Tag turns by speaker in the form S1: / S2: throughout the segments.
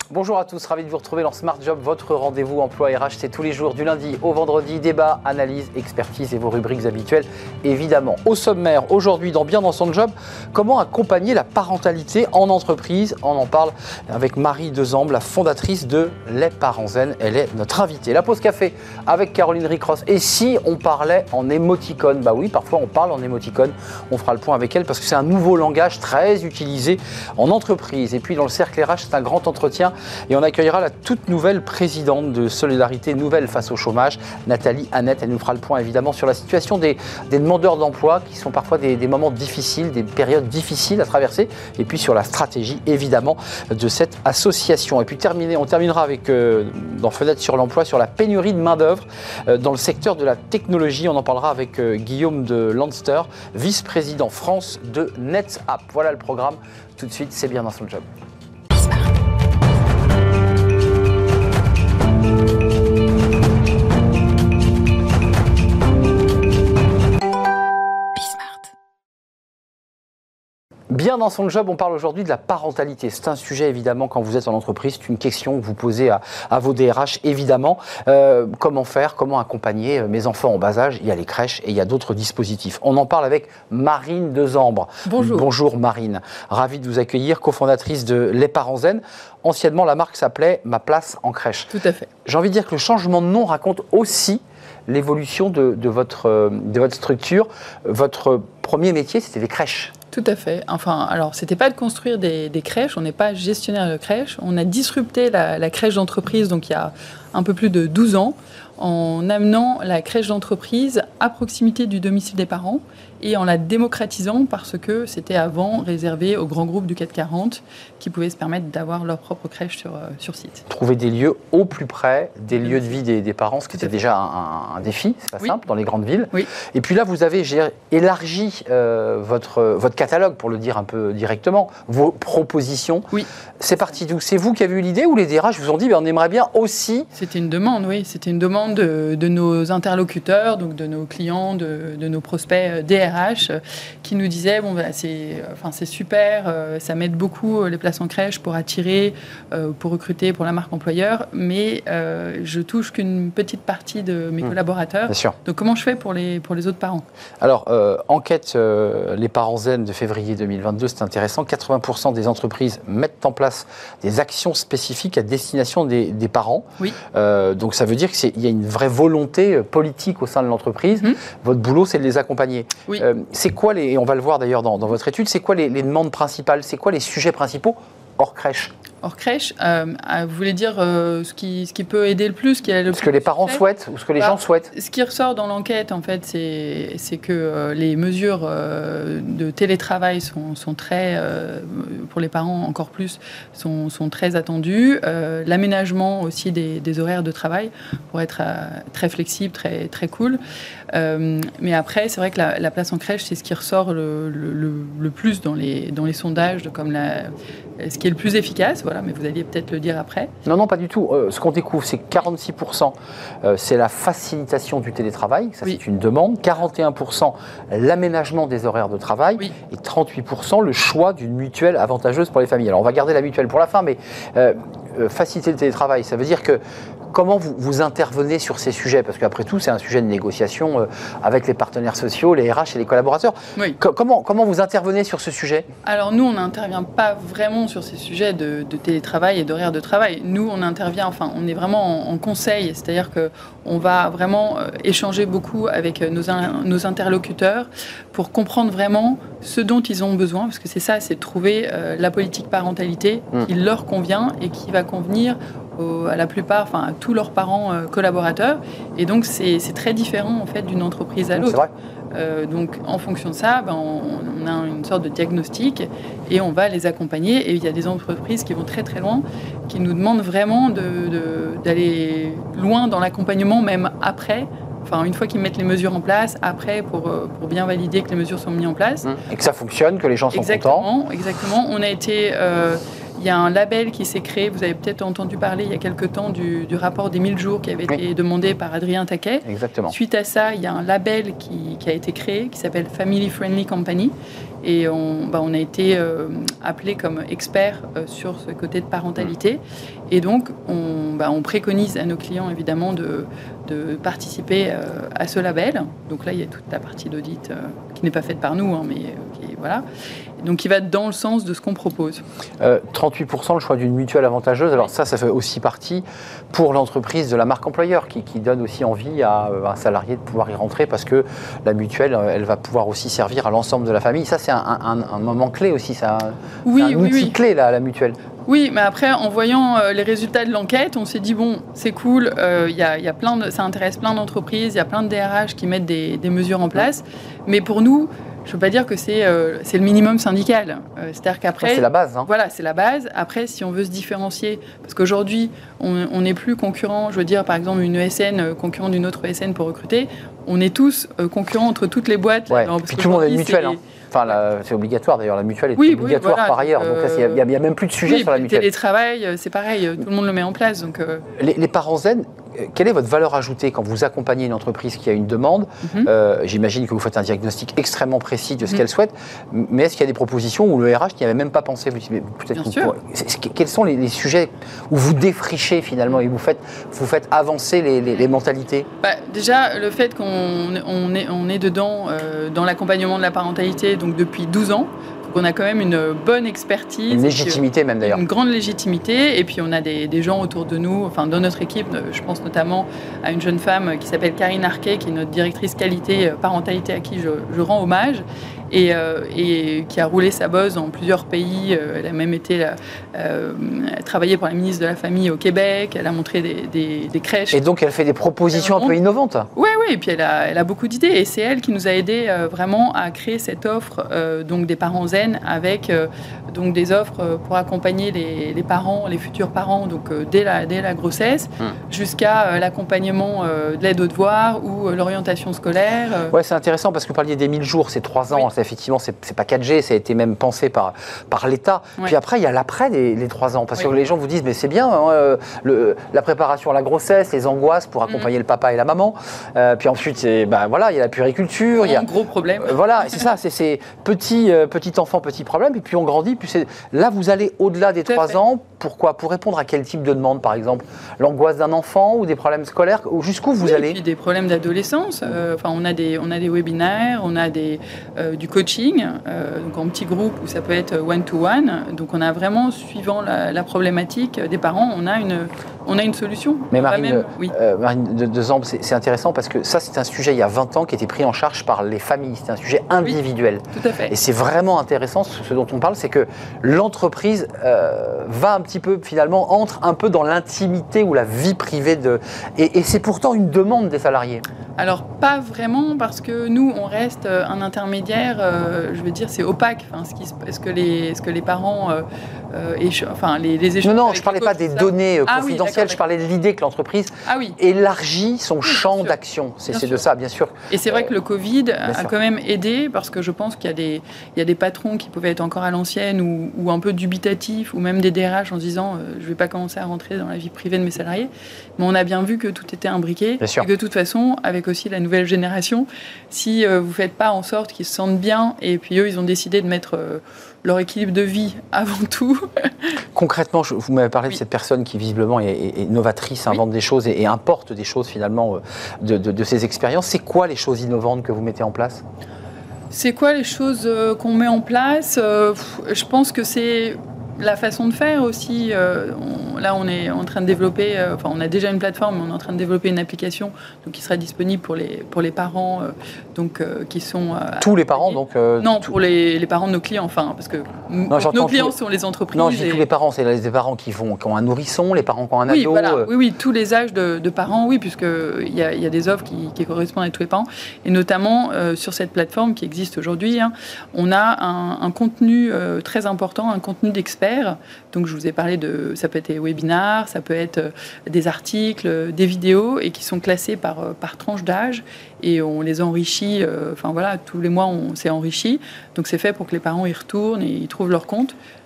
S1: Bonjour à tous, ravi de vous retrouver dans Smart Job, votre rendez-vous emploi RH. C'est tous les jours du lundi au vendredi, débat, analyse, expertise et vos rubriques habituelles évidemment. Au sommaire, aujourd'hui dans Bien dans son job, comment accompagner la parentalité en entreprise. On en parle avec Marie Dezambre, la fondatrice de Les Parents Zen. Elle est notre invitée. La pause café avec Caroline Ricross. Et si on parlait en émoticône? Bah oui, parfois on parle en émoticône. On fera le point avec elle parce que c'est un nouveau langage très utilisé en entreprise. Et puis dans le cercle RH, c'est un grand entretien. Et on accueillera la toute nouvelle présidente de Solidarité Nouvelle face au chômage, Nathalie Annette. Elle nous fera le point évidemment sur la situation des demandeurs d'emploi qui sont parfois des moments difficiles, des périodes difficiles à traverser. Et puis sur la stratégie évidemment de cette association. Et puis on terminera avec, dans Fenêtre sur l'emploi, sur la pénurie de main-d'œuvre dans le secteur de la technologie. On en parlera avec Guillaume de Lanster, vice-président France de NetApp. Voilà le programme. Tout de suite, c'est Bien dans son job. Bien dans son job, on parle aujourd'hui de la parentalité. C'est un sujet évidemment quand vous êtes en entreprise, c'est une question que vous posez à vos DRH évidemment. Comment faire, comment accompagner mes enfants en bas âge? Il y a les crèches et il y a d'autres dispositifs. On en parle avec Marine Dezambre.
S2: Bonjour.
S1: Bonjour Marine, ravie de vous accueillir, cofondatrice de Les Parents Zen. Anciennement, la marque s'appelait Ma Place en crèche.
S2: Tout à fait.
S1: J'ai envie de dire que le changement de nom raconte aussi l'évolution de votre structure. Votre premier métier, c'était les crèches.
S2: Tout à fait. Enfin, alors, c'était pas de construire des crèches, on n'est pas gestionnaire de crèches. On a disrupté la crèche d'entreprise, donc il y a un peu plus de 12 ans, en amenant la crèche d'entreprise à proximité du domicile des parents et en la démocratisant parce que c'était avant réservé aux grands groupes du CAC 40 qui pouvaient se permettre d'avoir leur propre crèche sur site.
S1: Trouver des lieux au plus près des lieux de vie des parents, ce qui était déjà un défi, c'est pas simple, dans les grandes villes.
S2: Oui.
S1: Et puis là, vous avez élargi votre catalogue, pour le dire un peu directement, vos propositions.
S2: Oui.
S1: C'est parti d'où? C'est vous qui avez eu l'idée ou les DRH vous ont dit on aimerait bien aussi?
S2: C'était une demande, oui. C'était une demande de nos interlocuteurs, donc de nos clients, de nos prospects DRH, qui nous disaient c'est super, ça m'aide beaucoup les places en crèche pour attirer, pour recruter pour la marque employeur, mais je touche qu'une petite partie de mes collaborateurs.
S1: Bien sûr.
S2: Donc comment je fais pour les autres parents?
S1: Alors, enquête Les Parents Zen de février 2022, c'est intéressant. 80% des entreprises mettent en place des actions spécifiques à destination des parents.
S2: Oui.
S1: Donc ça veut dire qu'il y a une vraie volonté politique au sein de l'entreprise. Votre boulot, c'est de les accompagner.
S2: Oui.
S1: C'est quoi et on va le voir d'ailleurs dans votre étude, c'est quoi les demandes principales? C'est quoi les sujets principaux hors crèche?
S2: Hors crèche, vous voulez dire ce qui peut aider le plus, ce
S1: que les parents souhaitent ou ce que les gens souhaitent?
S2: Ce qui ressort dans l'enquête, en fait, c'est que les mesures de télétravail sont très, pour les parents encore plus, sont très attendues. L'aménagement aussi des horaires de travail pour être très flexible, très, très cool. Mais après, c'est vrai que la place en crèche, c'est ce qui ressort le plus dans les sondages, ce qui est le plus efficace. Voilà, mais vous alliez peut-être le dire après.
S1: Non, pas du tout. Ce qu'on découvre, c'est que 46%, c'est la facilitation du télétravail. Ça, c'est une demande. 41%, l'aménagement des horaires de travail. Oui. Et 38%, le choix d'une mutuelle avantageuse pour les familles. Alors, on va garder la mutuelle pour la fin, mais faciliter le télétravail, ça veut dire que comment vous intervenez sur ces sujets? Parce qu'après tout, c'est un sujet de négociation avec les partenaires sociaux, les RH et les collaborateurs. Oui. Comment vous intervenez sur ce sujet?
S2: Alors nous, on n'intervient pas vraiment sur ces sujets de télétravail et d'horaire de travail. Nous, on intervient, on est vraiment en conseil, c'est-à-dire qu'on va vraiment échanger beaucoup avec nos interlocuteurs pour comprendre vraiment ce dont ils ont besoin, parce que c'est ça, c'est de trouver la politique parentalité qui leur convient et qui va convenir à la plupart, à tous leurs parents collaborateurs. Et donc, c'est très différent, en fait, d'une entreprise à l'autre.
S1: C'est vrai.
S2: Donc, en fonction de ça, on a une sorte de diagnostic et on va les accompagner. Et il y a des entreprises qui vont très, très loin, qui nous demandent vraiment d'aller loin dans l'accompagnement, même après. Une fois qu'ils mettent les mesures en place, après, pour bien valider que les mesures sont mises en place.
S1: Et que ça fonctionne, que les gens sont contents.
S2: Exactement. On a été Il y a un label qui s'est créé, vous avez peut-être entendu parler il y a quelque temps du rapport des 1000 jours qui avait été demandé par Adrien Taquet.
S1: Exactement.
S2: Suite à ça, il y a un label qui a été créé, qui s'appelle Family Friendly Company. Et on a été appelé comme expert sur ce côté de parentalité. Et donc, on préconise à nos clients, évidemment, de participer à ce label. Donc là, il y a toute la partie d'audit qui n'est pas faite par nous, mais voilà. Donc, qui va dans le sens de ce qu'on propose.
S1: 38% le choix d'une mutuelle avantageuse. Alors ça fait aussi partie pour l'entreprise de la marque employeur qui donne aussi envie à un salarié de pouvoir y rentrer parce que la mutuelle, elle va pouvoir aussi servir à l'ensemble de la famille. Ça, c'est un moment clé aussi. C'est un outil clé, la mutuelle.
S2: Oui, mais après, en voyant les résultats de l'enquête, on s'est dit, bon, c'est cool, ça intéresse plein d'entreprises, il y a plein de DRH qui mettent des mesures en place. Mais pour nous, je ne veux pas dire que c'est le minimum syndical. C'est-à-dire qu'après...
S1: C'est la base.
S2: Voilà, c'est la base. Après, si on veut se différencier, parce qu'aujourd'hui, on n'est plus concurrent, je veux dire, par exemple, une ESN concurrent d'une autre ESN pour recruter, on est tous concurrents entre toutes les boîtes.
S1: Ouais. Puis tout le monde a une mutuelle. Enfin, c'est obligatoire d'ailleurs, la mutuelle est obligatoire par ailleurs. Donc il n'y a même plus de sujet sur la mutuelle.
S2: Le télétravail, c'est pareil, tout le monde le met en place. Donc,
S1: les parents zen, quelle est votre valeur ajoutée quand vous accompagnez une entreprise qui a une demande? J'imagine que vous faites un diagnostic extrêmement précis de ce qu'elle souhaite, mais est-ce qu'il y a des propositions où le RH n'y avait même pas pensé? Quels sont les sujets où vous défrichez finalement et vous faites avancer les mentalités?
S2: Déjà, le fait qu'on est dedans dans l'accompagnement de la parentalité donc depuis 12 ans. Donc on a quand même une bonne expertise.
S1: Une légitimité même d'ailleurs.
S2: Une grande légitimité. Et puis on a des gens autour de nous, enfin dans notre équipe, je pense notamment à une jeune femme qui s'appelle Karine Arquet, qui est notre directrice qualité parentalité à qui je rends hommage. Et qui a roulé sa bosse dans plusieurs pays. Elle a même travaillé pour la ministre de la Famille au Québec. Elle a montré des crèches.
S1: Et donc elle fait des propositions un peu innovantes.
S2: Oui, et puis elle a beaucoup d'idées. Et c'est elle qui nous a aidés vraiment à créer cette offre donc des parents zen avec donc des offres pour accompagner les parents, les futurs parents donc dès la grossesse jusqu'à l'accompagnement de l'aide aux devoirs ou l'orientation scolaire.
S1: Ouais, c'est intéressant parce que vous parliez des 1000 jours, c'est 3 ans. Oui. Effectivement, c'est pas 4G, ça a été même pensé par l'État. Oui. Puis après, il y a l'après les 3 ans. Parce que les gens vous disent, mais c'est bien, la préparation à la grossesse, les angoisses pour accompagner le papa et la maman. Puis ensuite, il y a la puériculture. Il y a
S2: un gros problème.
S1: Voilà, c'est ça, c'est petit enfant, petit problème. Et puis on grandit. Puis là, vous allez au-delà des 3 ans. Pourquoi? Pour répondre à quel type de demande, par exemple? L'angoisse d'un enfant ou des problèmes scolaires? Jusqu'où vous allez?
S2: Et puis des problèmes d'adolescence. On a des webinaires, on a du coaching, donc en petits groupes où ça peut être one-to-one. Donc on a vraiment, suivant la problématique des parents, on a une solution.
S1: Mais Marine, Marine de Zambre, c'est intéressant parce que ça, c'est un sujet il y a 20 ans qui était pris en charge par les familles. C'est un sujet individuel.
S2: Oui, tout à fait.
S1: Et c'est vraiment intéressant, ce dont on parle, c'est que l'entreprise va un petit peu, finalement, entre un peu dans l'intimité ou la vie privée et c'est pourtant une demande des salariés.
S2: Alors, pas vraiment, parce que nous, on reste un intermédiaire, je veux dire, c'est opaque. Enfin, ce que les parents les échanges.
S1: Non, je ne parlais pas des données confidentielles, je parlais de l'idée que l'entreprise élargit son champ d'action. C'est de ça, bien sûr.
S2: Et c'est vrai que le Covid a quand même aidé, parce que je pense qu'il y a des patrons qui pouvaient être encore à l'ancienne ou un peu dubitatifs, ou même des DRH en se disant je ne vais pas commencer à rentrer dans la vie privée de mes salariés. Mais on a bien vu que tout était imbriqué. Et que de toute façon, avec aussi la nouvelle génération, si vous ne faites pas en sorte qu'ils se sentent bien, et puis eux, ils ont décidé de mettre leur équilibre de vie avant tout.
S1: Concrètement, vous m'avez parlé de cette personne qui visiblement est novatrice, invente des choses et importe des choses finalement de ses expériences. C'est quoi les choses innovantes que vous mettez en place?
S2: C'est quoi les choses qu'on met en place? Je pense que c'est la façon de faire aussi. Là, on est en train de développer, on a déjà une plateforme, mais on est en train de développer une application qui sera disponible pour les parents qui sont...
S1: tous les parents, donc
S2: non, pour les parents de nos clients, parce que nos clients sont les entreprises.
S1: Non, je dis tous les parents, c'est les parents qui ont un nourrisson, les parents qui ont un ado.
S2: Oui, tous les âges de parents, oui, puisqu'il y a des offres qui correspondent à tous les parents. Et notamment, sur cette plateforme qui existe aujourd'hui, on a un contenu très important, un contenu d'experts. Donc, je vous ai parlé ça peut être des webinars, ça peut être des articles, des vidéos, et qui sont classés par tranche d'âge. Et on les enrichit, tous les mois, on s'est enrichi. Donc, c'est fait pour que les parents y retournent et ils trouvent leur compte.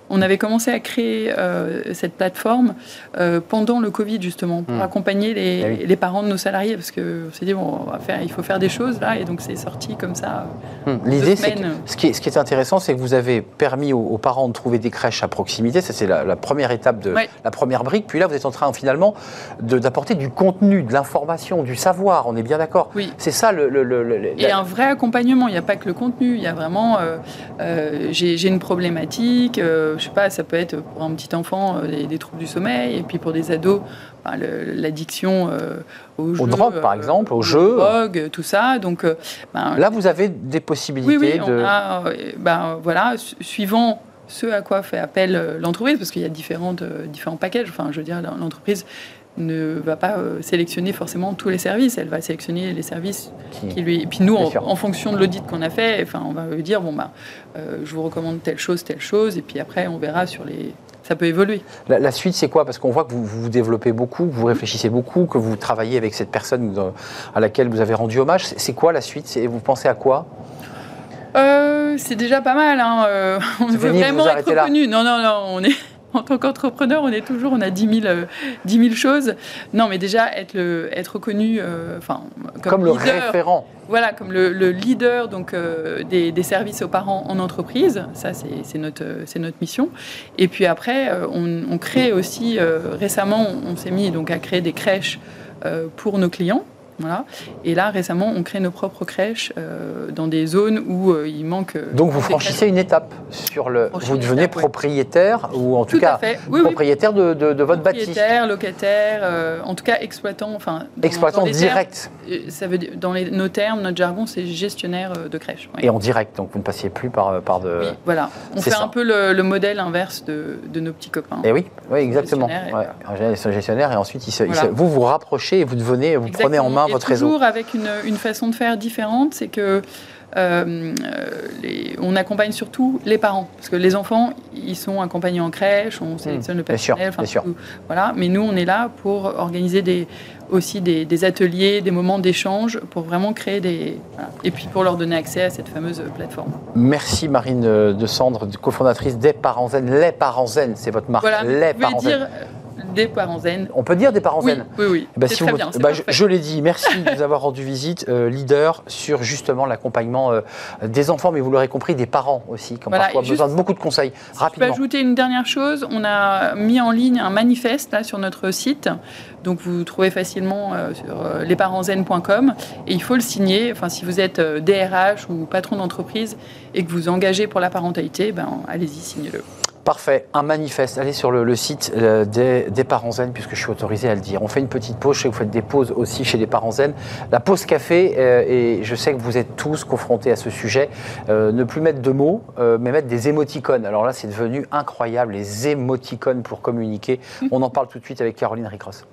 S2: On avait commencé à créer cette plateforme pendant le Covid, justement, pour accompagner les parents de nos salariés, parce qu'on s'est dit, bon, il faut faire des choses, là, et donc c'est sorti comme ça.
S1: L'idée, c'est que ce qui est intéressant, c'est que vous avez permis aux parents de trouver des crèches à proximité, ça c'est la première étape, la première brique, puis là, vous êtes en train, finalement, d'apporter du contenu, de l'information, du savoir, on est bien d'accord.
S2: Oui.
S1: C'est ça
S2: Et un vrai accompagnement, il n'y a pas que le contenu, il y a vraiment, j'ai une problématique, je sais pas, ça peut être pour un petit enfant des troubles du sommeil, et puis pour des ados, l'addiction aux jeux,
S1: drogues par exemple, aux jeux,
S2: drogues, tout ça. Donc
S1: là, vous avez des possibilités.
S2: Oui, on a, voilà, suivant ce à quoi fait appel l'entreprise, parce qu'il y a différents packages. Enfin, je veux dire, l'entreprise ne va pas sélectionner forcément tous les services, elle va sélectionner les services qui lui... Et puis nous, en fonction de l'audit qu'on a fait, on va lui dire, je vous recommande telle chose, et puis après, on verra sur les... Ça peut évoluer.
S1: La suite, c'est quoi? Parce qu'on voit que vous vous développez beaucoup, que vous réfléchissez beaucoup, que vous travaillez avec cette personne à laquelle vous avez rendu hommage. C'est quoi la suite? Vous pensez à quoi?
S2: C'est déjà pas mal. On veut vraiment être reconnu. Non, on est... En tant qu'entrepreneur, on a 10 000 choses. Non, mais déjà, être reconnu
S1: comme
S2: leader,
S1: le référent.
S2: Voilà, comme le leader donc, des services aux parents en entreprise. Ça, c'est notre mission. Et puis après, on crée aussi, récemment, on s'est mis donc, à créer des crèches pour nos clients. Voilà. Et là, récemment, on crée nos propres crèches dans des zones où il manque...
S1: Donc, vous franchissez une étape vous devenez propriétaire, ou en tout cas propriétaire de votre bâti.
S2: Propriétaire, locataire, en tout cas exploitant.
S1: Exploitant direct.
S2: Ça veut dire, dans nos termes, notre jargon, c'est gestionnaire de crèche. Oui.
S1: Et en direct, donc vous ne passiez plus par de...
S2: Oui, voilà. On fait un peu le modèle inverse de nos petits copains.
S1: Et oui, exactement. Un gestionnaire, et ensuite, vous vous rapprochez et vous prenez en main votre réseau.
S2: Toujours avec une façon de faire différente, c'est que on accompagne surtout les parents, parce que les enfants, ils sont accompagnés en crèche, on sélectionne le personnel,
S1: bien sûr.
S2: Voilà. Mais nous, on est là pour organiser aussi des ateliers, des moments d'échange, pour vraiment créer et puis pour leur donner accès à cette fameuse plateforme.
S1: Merci Marine de Sandre, cofondatrice des Parents Zen. Les Parents Zen, c'est votre marque.
S2: Voilà,
S1: les Parents Zen.
S2: Des parents zen.
S1: On peut dire des parents zen?
S2: Oui.
S1: C'est très bien. Je l'ai dit, merci de nous avoir rendu visite, leader sur justement l'accompagnement des enfants, mais vous l'aurez compris, des parents aussi, qui ont parfois besoin de beaucoup de conseils. Rapidement.
S2: Je peux ajouter une dernière chose, on a mis en ligne un manifeste là, sur notre site, donc vous trouvez facilement sur lesparentszen.com, et il faut le signer. Si vous êtes DRH ou patron d'entreprise et que vous engagez pour la parentalité, allez-y, signez-le.
S1: Parfait, un manifeste. Allez sur le site des Parents Zen, puisque je suis autorisé à le dire. On fait une petite pause, je sais que vous faites des pauses aussi chez les Parents Zen. La pause café, et je sais que vous êtes tous confrontés à ce sujet, ne plus mettre de mots, mais mettre des émoticônes. Alors là, c'est devenu incroyable, les émoticônes pour communiquer. On en parle tout de suite avec Caroline Ricross.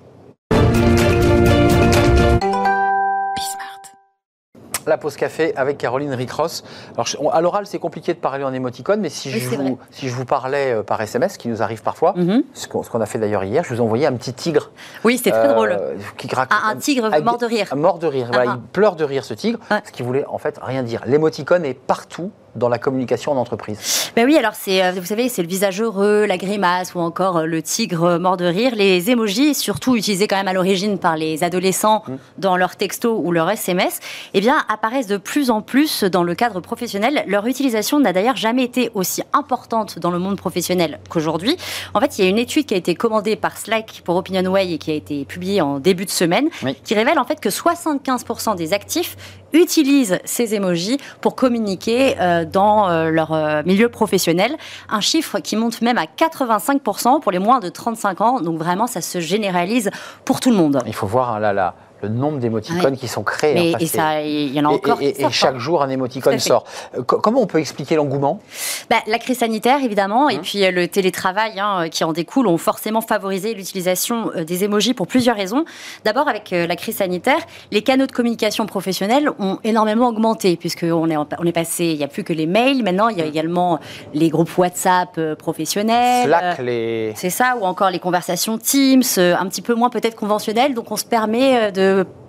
S1: La pause café avec Caroline Ricross. Alors, à l'oral, c'est compliqué de parler en émoticône, mais si je vous parlais par SMS, ce qui nous arrive parfois, ce qu'on a fait d'ailleurs hier, je vous ai envoyé un petit tigre.
S3: Oui, c'était très drôle.
S1: Un
S3: tigre mort de rire.
S1: Mort de rire. Voilà, il pleure de rire, ce tigre, ce qui voulait en fait rien dire. L'émoticône est partout dans la communication en entreprise.
S3: Ben oui, alors vous savez, c'est le visage heureux, la grimace ou encore le tigre mort de rire. Les emojis, surtout utilisés quand même à l'origine par les adolescents dans leurs textos ou leurs SMS, apparaissent de plus en plus dans le cadre professionnel. Leur utilisation n'a d'ailleurs jamais été aussi importante dans le monde professionnel qu'aujourd'hui. En fait, il y a une étude qui a été commandée par Slack pour OpinionWay et qui a été publiée en début de semaine, qui révèle en fait que 75% des actifs utilisent ces emojis pour communiquer dans leur milieu professionnel. Un chiffre qui monte même à 85% pour les moins de 35 ans. Donc vraiment, ça se généralise pour tout le monde.
S1: Il faut voir le nombre d'émoticônes qui sont créés.
S3: Il y en a encore.
S1: Et chaque jour, un émoticône sort. Comment on peut expliquer l'engouement ?
S3: La crise sanitaire, évidemment, et puis le télétravail qui en découle ont forcément favorisé l'utilisation des émojis pour plusieurs raisons. D'abord, avec la crise sanitaire, les canaux de communication professionnels ont énormément augmenté, puisqu'on est passé, il n'y a plus que les mails, maintenant il y a également les groupes WhatsApp professionnels.
S1: Slack,
S3: c'est ça, ou encore les conversations Teams, un petit peu moins peut-être conventionnelles, donc on se permet de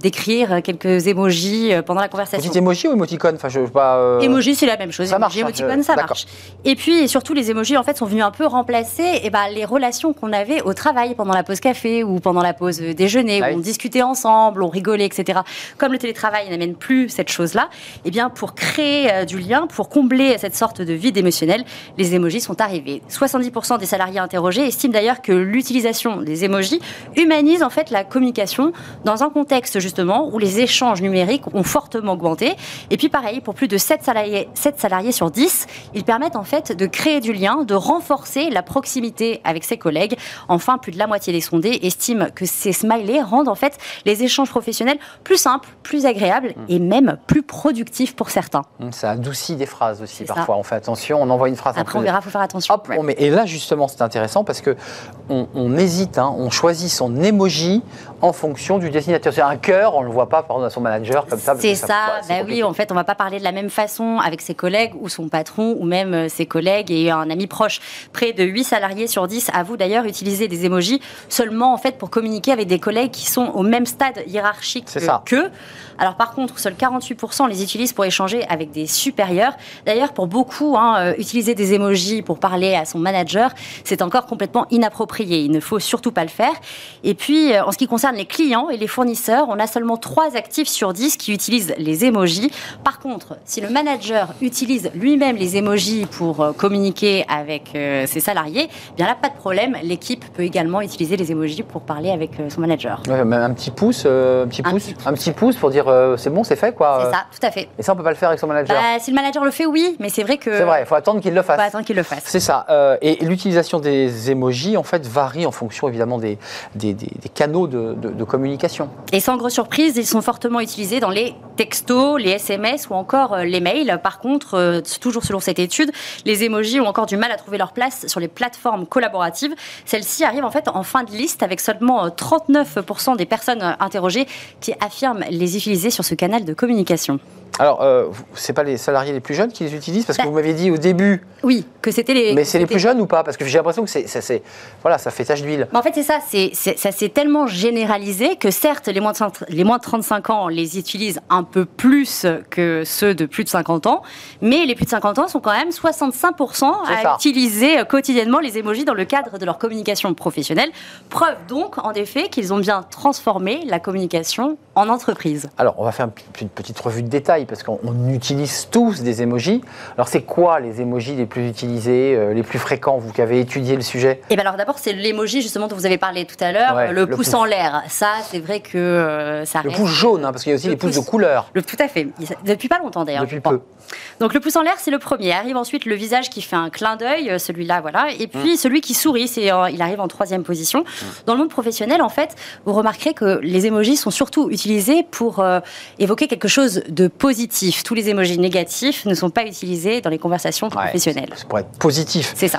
S3: d'écrire quelques emojis pendant la conversation.
S1: Vous dites emoji ou émoticône? Enfin, je veux pas.
S3: Emoji, c'est la même chose.
S1: Ça marche.
S3: Émoticône, ça marche. Et puis, surtout, les emojis, en fait, sont venus un peu remplacer les relations qu'on avait au travail pendant la pause café ou pendant la pause déjeuner, où on discutait ensemble, on rigolait, etc. Comme le télétravail n'amène plus cette chose-là, eh bien, pour créer du lien, pour combler cette sorte de vide émotionnel, les emojis sont arrivés. 70% des salariés interrogés estiment d'ailleurs que l'utilisation des emojis humanise en fait la communication dans un contexte justement où les échanges numériques ont fortement augmenté. Et puis pareil, pour plus de 7 salariés sur 10, ils permettent en fait de créer du lien, de renforcer la proximité avec ses collègues. Enfin, plus de la moitié des sondés estiment que ces smileys rendent en fait les échanges professionnels plus simples, plus agréables et même plus productifs pour certains.
S1: Ça adoucit des phrases aussi parfois. On fait attention, on envoie une phrase.
S3: Après, on verra, il faut faire attention.
S1: Hop, et là justement, c'est intéressant parce que on hésite, on choisit son emoji en fonction du destinateur. C'est un cœur, on le voit pas par exemple à son manager comme ça.
S3: C'est ça. Oui, en fait, on va pas parler de la même façon avec ses collègues ou son patron ou même ses collègues et un ami proche. Près de 8 salariés sur 10 avouent d'ailleurs utiliser des emojis seulement en fait pour communiquer avec des collègues qui sont au même stade hiérarchique qu'eux. Alors par contre, seuls 48% les utilisent pour échanger avec des supérieurs. D'ailleurs, pour beaucoup, utiliser des emojis pour parler à son manager, c'est encore complètement inapproprié. Il ne faut surtout pas le faire. Et puis, en ce qui concerne les clients et les fournisseurs, on a seulement 3 actifs sur 10 qui utilisent les emojis. Par contre, si le manager utilise lui-même les emojis pour communiquer avec ses salariés, bien là, pas de problème. L'équipe peut également utiliser les emojis pour parler avec son manager.
S1: Ouais, même un petit pouce, un petit pouce pour dire c'est bon, c'est fait quoi.
S3: C'est ça, tout à fait.
S1: Et ça, on peut pas le faire avec son manager.
S3: Si le manager le fait, oui, mais c'est vrai que.
S1: C'est vrai, il faut attendre qu'il le fasse. C'est ça. Et l'utilisation des emojis, en fait, varie en fonction évidemment des canaux de communication.
S3: Et sans grosse surprise, ils sont fortement utilisés dans les textos, les SMS ou encore les mails. Par contre, toujours selon cette étude, les emojis ont encore du mal à trouver leur place sur les plateformes collaboratives. Celles-ci arrivent en fait en fin de liste avec seulement 39% des personnes interrogées qui affirment les utiliser sur ce canal de communication.
S1: Alors, c'est pas les salariés les plus jeunes qui les utilisent parce que vous m'aviez dit au début.
S3: Oui, que c'était les.
S1: Mais c'est les plus jeunes ou pas? Parce que j'ai l'impression que ça fait tache d'huile.
S3: En fait, c'est ça. Ça s'est tellement généralisé que certes, les moins de 35 ans les utilisent un peu plus que ceux de plus de 50 ans, mais les plus de 50 ans sont quand même 65% à utiliser quotidiennement les emojis dans le cadre de leur communication professionnelle. Preuve donc, en effet, qu'ils ont bien transformé la communication en entreprise.
S1: Alors, on va faire une petite revue de détails parce qu'on utilise tous des emojis. Alors, c'est quoi les emojis les plus utilisés, les plus fréquents, vous qui avez étudié le sujet?
S3: Et bien alors d'abord, c'est l'emoji justement dont vous avez parlé tout à l'heure, le pouce en l'air. Ça, c'est vrai que ça reste...
S1: Le pouce jaune, parce qu'il y a aussi les pouces de couleur.
S3: Tout à fait. Depuis pas longtemps d'ailleurs.
S1: Depuis peu.
S3: Donc le pouce en l'air, c'est le premier. Arrive ensuite le visage qui fait un clin d'œil, celui-là, voilà. Et puis celui qui sourit, il arrive en 3e position. Dans le monde professionnel, en fait, vous remarquerez que les emojis sont surtout utilisés pour évoquer quelque chose de positif. Tous les emojis négatifs ne sont pas utilisés dans les conversations professionnelles.
S1: C'est pour être positif.
S3: C'est ça.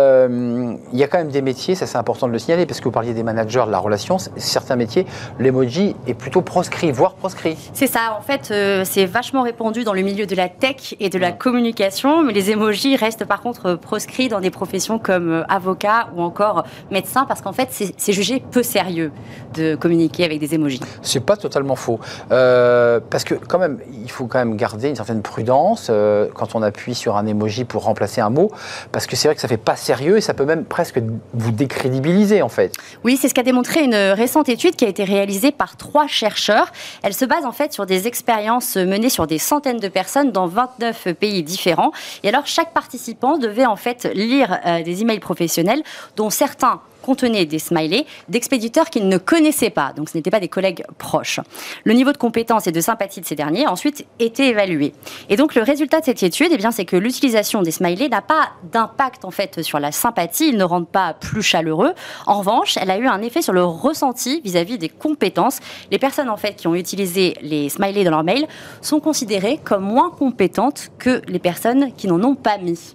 S1: Il y a quand même des métiers, ça c'est important de le signaler, parce que vous parliez des managers, de la relation, certains métiers, l'emoji est plutôt proscrit, voire proscrit.
S3: C'est ça, en fait, c'est vachement répandu dans le milieu de la tech et de la communication, mais les emojis restent par contre proscrits dans des professions comme avocat ou encore médecin, parce qu'en fait, c'est jugé peu sérieux de communiquer avec des emojis.
S1: C'est pas totalement faux, parce que quand même, il faut quand même garder une certaine prudence quand on appuie sur un emoji pour remplacer un mot, parce que c'est vrai que ça fait pas sérieux et ça peut même presque vous décrédibiliser en fait.
S3: Oui, c'est ce qu'a démontré une récente étude qui a été réalisée par 3 chercheurs. Elle se base en fait sur des expériences menées sur des centaines de personnes dans 29 pays différents. Et alors chaque participant devait en fait lire des emails professionnels dont certains contenaient des smileys d'expéditeurs qu'ils ne connaissaient pas, donc ce n'étaient pas des collègues proches. Le niveau de compétence et de sympathie de ces derniers a ensuite été évalué. Et donc le résultat de cette étude, c'est que l'utilisation des smileys n'a pas d'impact en fait sur la sympathie, ils ne rendent pas plus chaleureux. En revanche, elle a eu un effet sur le ressenti vis-à-vis des compétences. Les personnes en fait qui ont utilisé les smileys dans leur mail sont considérées comme moins compétentes que les personnes qui n'en ont pas mis.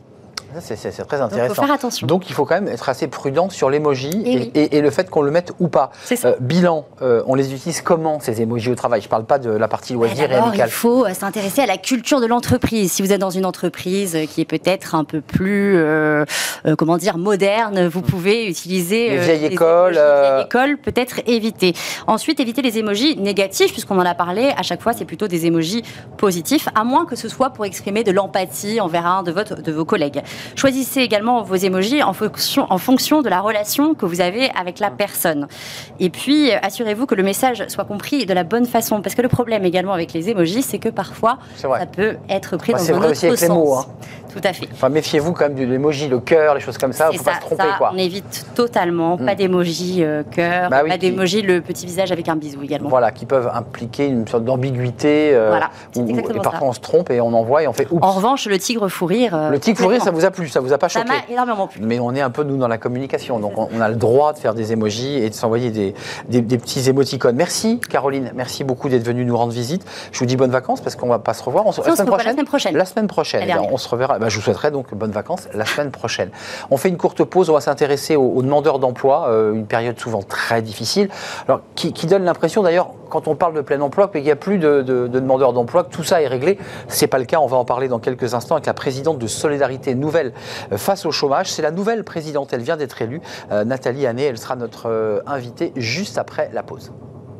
S1: C'est très intéressant.
S3: Donc, il faut faire attention.
S1: Donc, il faut quand même être assez prudent sur l'emoji
S3: Et
S1: et le fait qu'on le mette ou pas.
S3: C'est ça.
S1: Bilan, on les utilise comment, ces emojis au travail? Je ne parle pas de la partie loisirs et
S3: D'abord,
S1: amicale.
S3: il faut s'intéresser à la culture de l'entreprise. Si vous êtes dans une entreprise qui est peut-être un peu plus, moderne, vous pouvez utiliser
S1: les vieilles
S3: les
S1: écoles.
S3: emojis vieilles écoles, peut-être éviter. Ensuite, éviter les emojis négatifs, puisqu'on en a parlé. À chaque fois, c'est plutôt des emojis positifs, à moins que ce soit pour exprimer de l'empathie envers un de vos collègues. Choisissez également vos emojis en fonction de la relation que vous avez avec la personne. Et puis, assurez-vous que le message soit compris de la bonne façon, parce que le problème également avec les emojis, c'est que parfois, ça peut être pris dans un autre
S1: aussi avec
S3: sens.
S1: les mots, hein.
S3: Tout à fait.
S1: Enfin, méfiez-vous quand même de l'emoji, le cœur, les choses comme ça, il ne faut pas se tromper.
S3: On évite totalement, pas d'emoji cœur, pas d'emoji le petit visage avec un bisou également.
S1: Voilà, qui peuvent impliquer une sorte d'ambiguïté, et parfois on se trompe et on envoie et on fait oups.
S3: En revanche, le tigre fou rire...
S1: le tigre fou rire, ça vous a plu, ça vous a pas choqué?
S3: Ça m'a énormément plu.
S1: Mais on est un peu, nous, dans la communication, donc on a le droit de faire des emojis et de s'envoyer des petits émoticônes. Merci Caroline, merci beaucoup d'être venue nous rendre visite. Je vous dis bonnes vacances parce qu'on ne va pas se revoir.
S3: La semaine prochaine.
S1: La semaine prochaine. On se reverra. Je vous souhaiterais donc bonnes vacances la semaine prochaine. On fait une courte pause, on va s'intéresser aux demandeurs d'emploi, une période souvent très difficile, alors qui donne l'impression d'ailleurs, quand on parle de plein emploi, qu'il n'y a plus de demandeurs d'emploi, que tout ça est réglé. Ce n'est pas le cas, on va en parler dans quelques instants avec la présidente de Solidarité Nouvelle face au chômage. C'est la nouvelle présidente, elle vient d'être élue, Nathalie Hanné, elle sera notre invitée juste après la pause.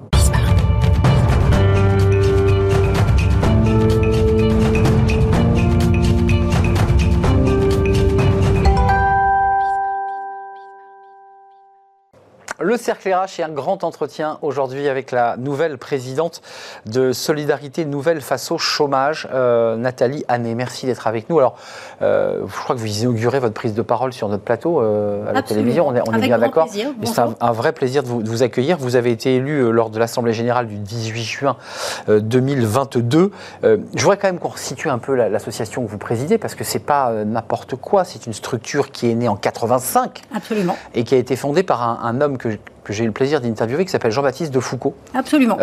S1: Le Cercle RH et un grand entretien aujourd'hui avec la nouvelle présidente de Solidarité Nouvelle face au chômage, Nathalie Hanné. Merci d'être avec nous. Alors, je crois que vous inaugurez votre prise de parole sur notre plateau à la télévision. On est bien d'accord. C'est un vrai plaisir de vous accueillir. Vous avez été élu lors de l'Assemblée Générale du 18 juin 2022. Je voudrais quand même qu'on resitue un peu l'association que vous présidez, parce que c'est pas n'importe quoi. C'est une structure qui est née en 85.
S3: Absolument. Et
S1: qui a été fondée par un homme que j'ai eu le plaisir d'interviewer, qui s'appelle Jean-Baptiste Defoucault.
S3: Absolument.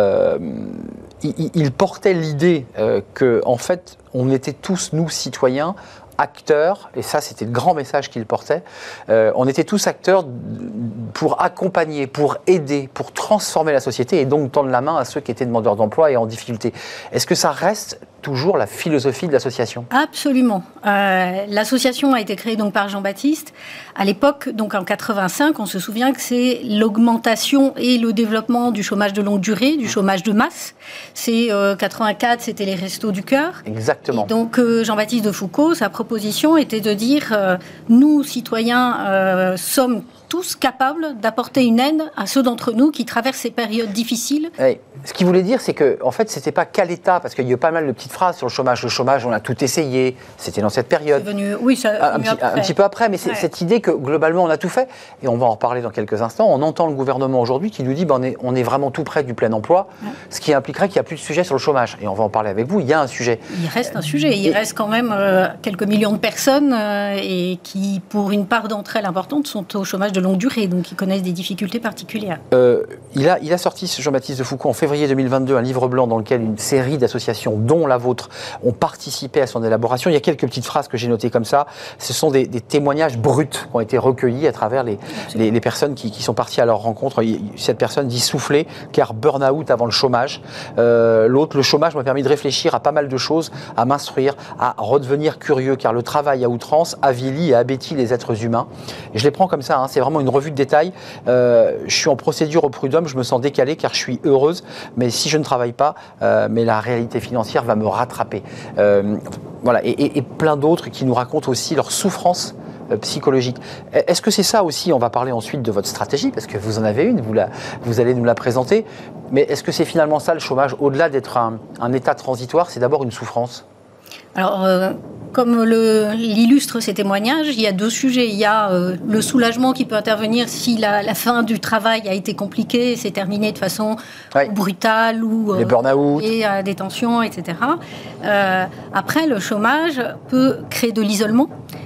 S1: Il portait l'idée que, en fait, on était tous, nous, citoyens, acteurs, et ça c'était le grand message qu'il portait, on était tous acteurs pour accompagner, pour aider, pour transformer la société et donc tendre la main à ceux qui étaient demandeurs d'emploi et en difficulté. Est-ce que ça reste toujours la philosophie de l'association?
S4: Absolument. L'association a été créée donc par Jean-Baptiste. À l'époque, donc en 85, on se souvient que c'est l'augmentation et le développement du chômage de longue durée, du chômage de masse. C'est 84, c'était les Restos du Cœur.
S1: Exactement.
S4: Et donc Jean-Baptiste Defoucault, sa proposition était de dire nous, citoyens, sommes tous capables d'apporter une aide à ceux d'entre nous qui traversent ces périodes difficiles.
S1: Oui. Ce qu'il voulait dire, c'est que, en fait, c'était pas qu'à l'État, parce qu'il y a eu pas mal de petites phrases sur le chômage. Le chômage, on a tout essayé. C'était dans cette période.
S4: C'est venu, oui, ça
S1: un petit peu après, mais c'est cette idée que globalement, on a tout fait. Et on va en reparler dans quelques instants. On entend le gouvernement aujourd'hui qui nous dit, on est vraiment tout près du plein emploi, ce qui impliquerait qu'il n'y a plus de sujet sur le chômage. Et on va en parler avec vous. Il y a un sujet.
S4: Il reste un sujet. Il reste quand même quelques millions de personnes et qui, pour une part d'entre elles importante, sont au chômage de longue durée. Donc, connaissent des difficultés particulières.
S1: Il a sorti, Jean-Baptiste Defoucault, en février 2022, un livre blanc dans lequel une série d'associations, dont la vôtre, ont participé à son élaboration. Il y a quelques petites phrases que j'ai notées comme ça. Ce sont des témoignages bruts qui ont été recueillis à travers les personnes qui sont parties à leur rencontre. Cette personne dit souffler, car burn-out avant le chômage. L'autre, le chômage m'a permis de réfléchir à pas mal de choses, à m'instruire, à redevenir curieux, car le travail à outrance avilit et abétit les êtres humains. Et je les prends comme ça, hein, c'est vraiment une revue de détails. Je suis en procédure au prud'homme, je me sens décalé car je suis heureuse, mais si je ne travaille pas, mais la réalité financière va me rattraper. Voilà, et plein d'autres qui nous racontent aussi leur souffrance psychologique. Est-ce que c'est ça aussi, on va parler ensuite de votre stratégie, parce que vous en avez une, vous allez nous la présenter, mais est-ce que c'est finalement ça le chômage, au-delà d'être un état transitoire, c'est d'abord une souffrance?
S4: Alors, comme l'illustrent ces témoignages, il y a deux sujets. Il y a le soulagement qui peut intervenir si la fin du travail a été compliquée, s'est terminée de façon brutale ou
S1: les burn-out
S4: et des tensions, etc. Après, le chômage peut créer de l'isolement.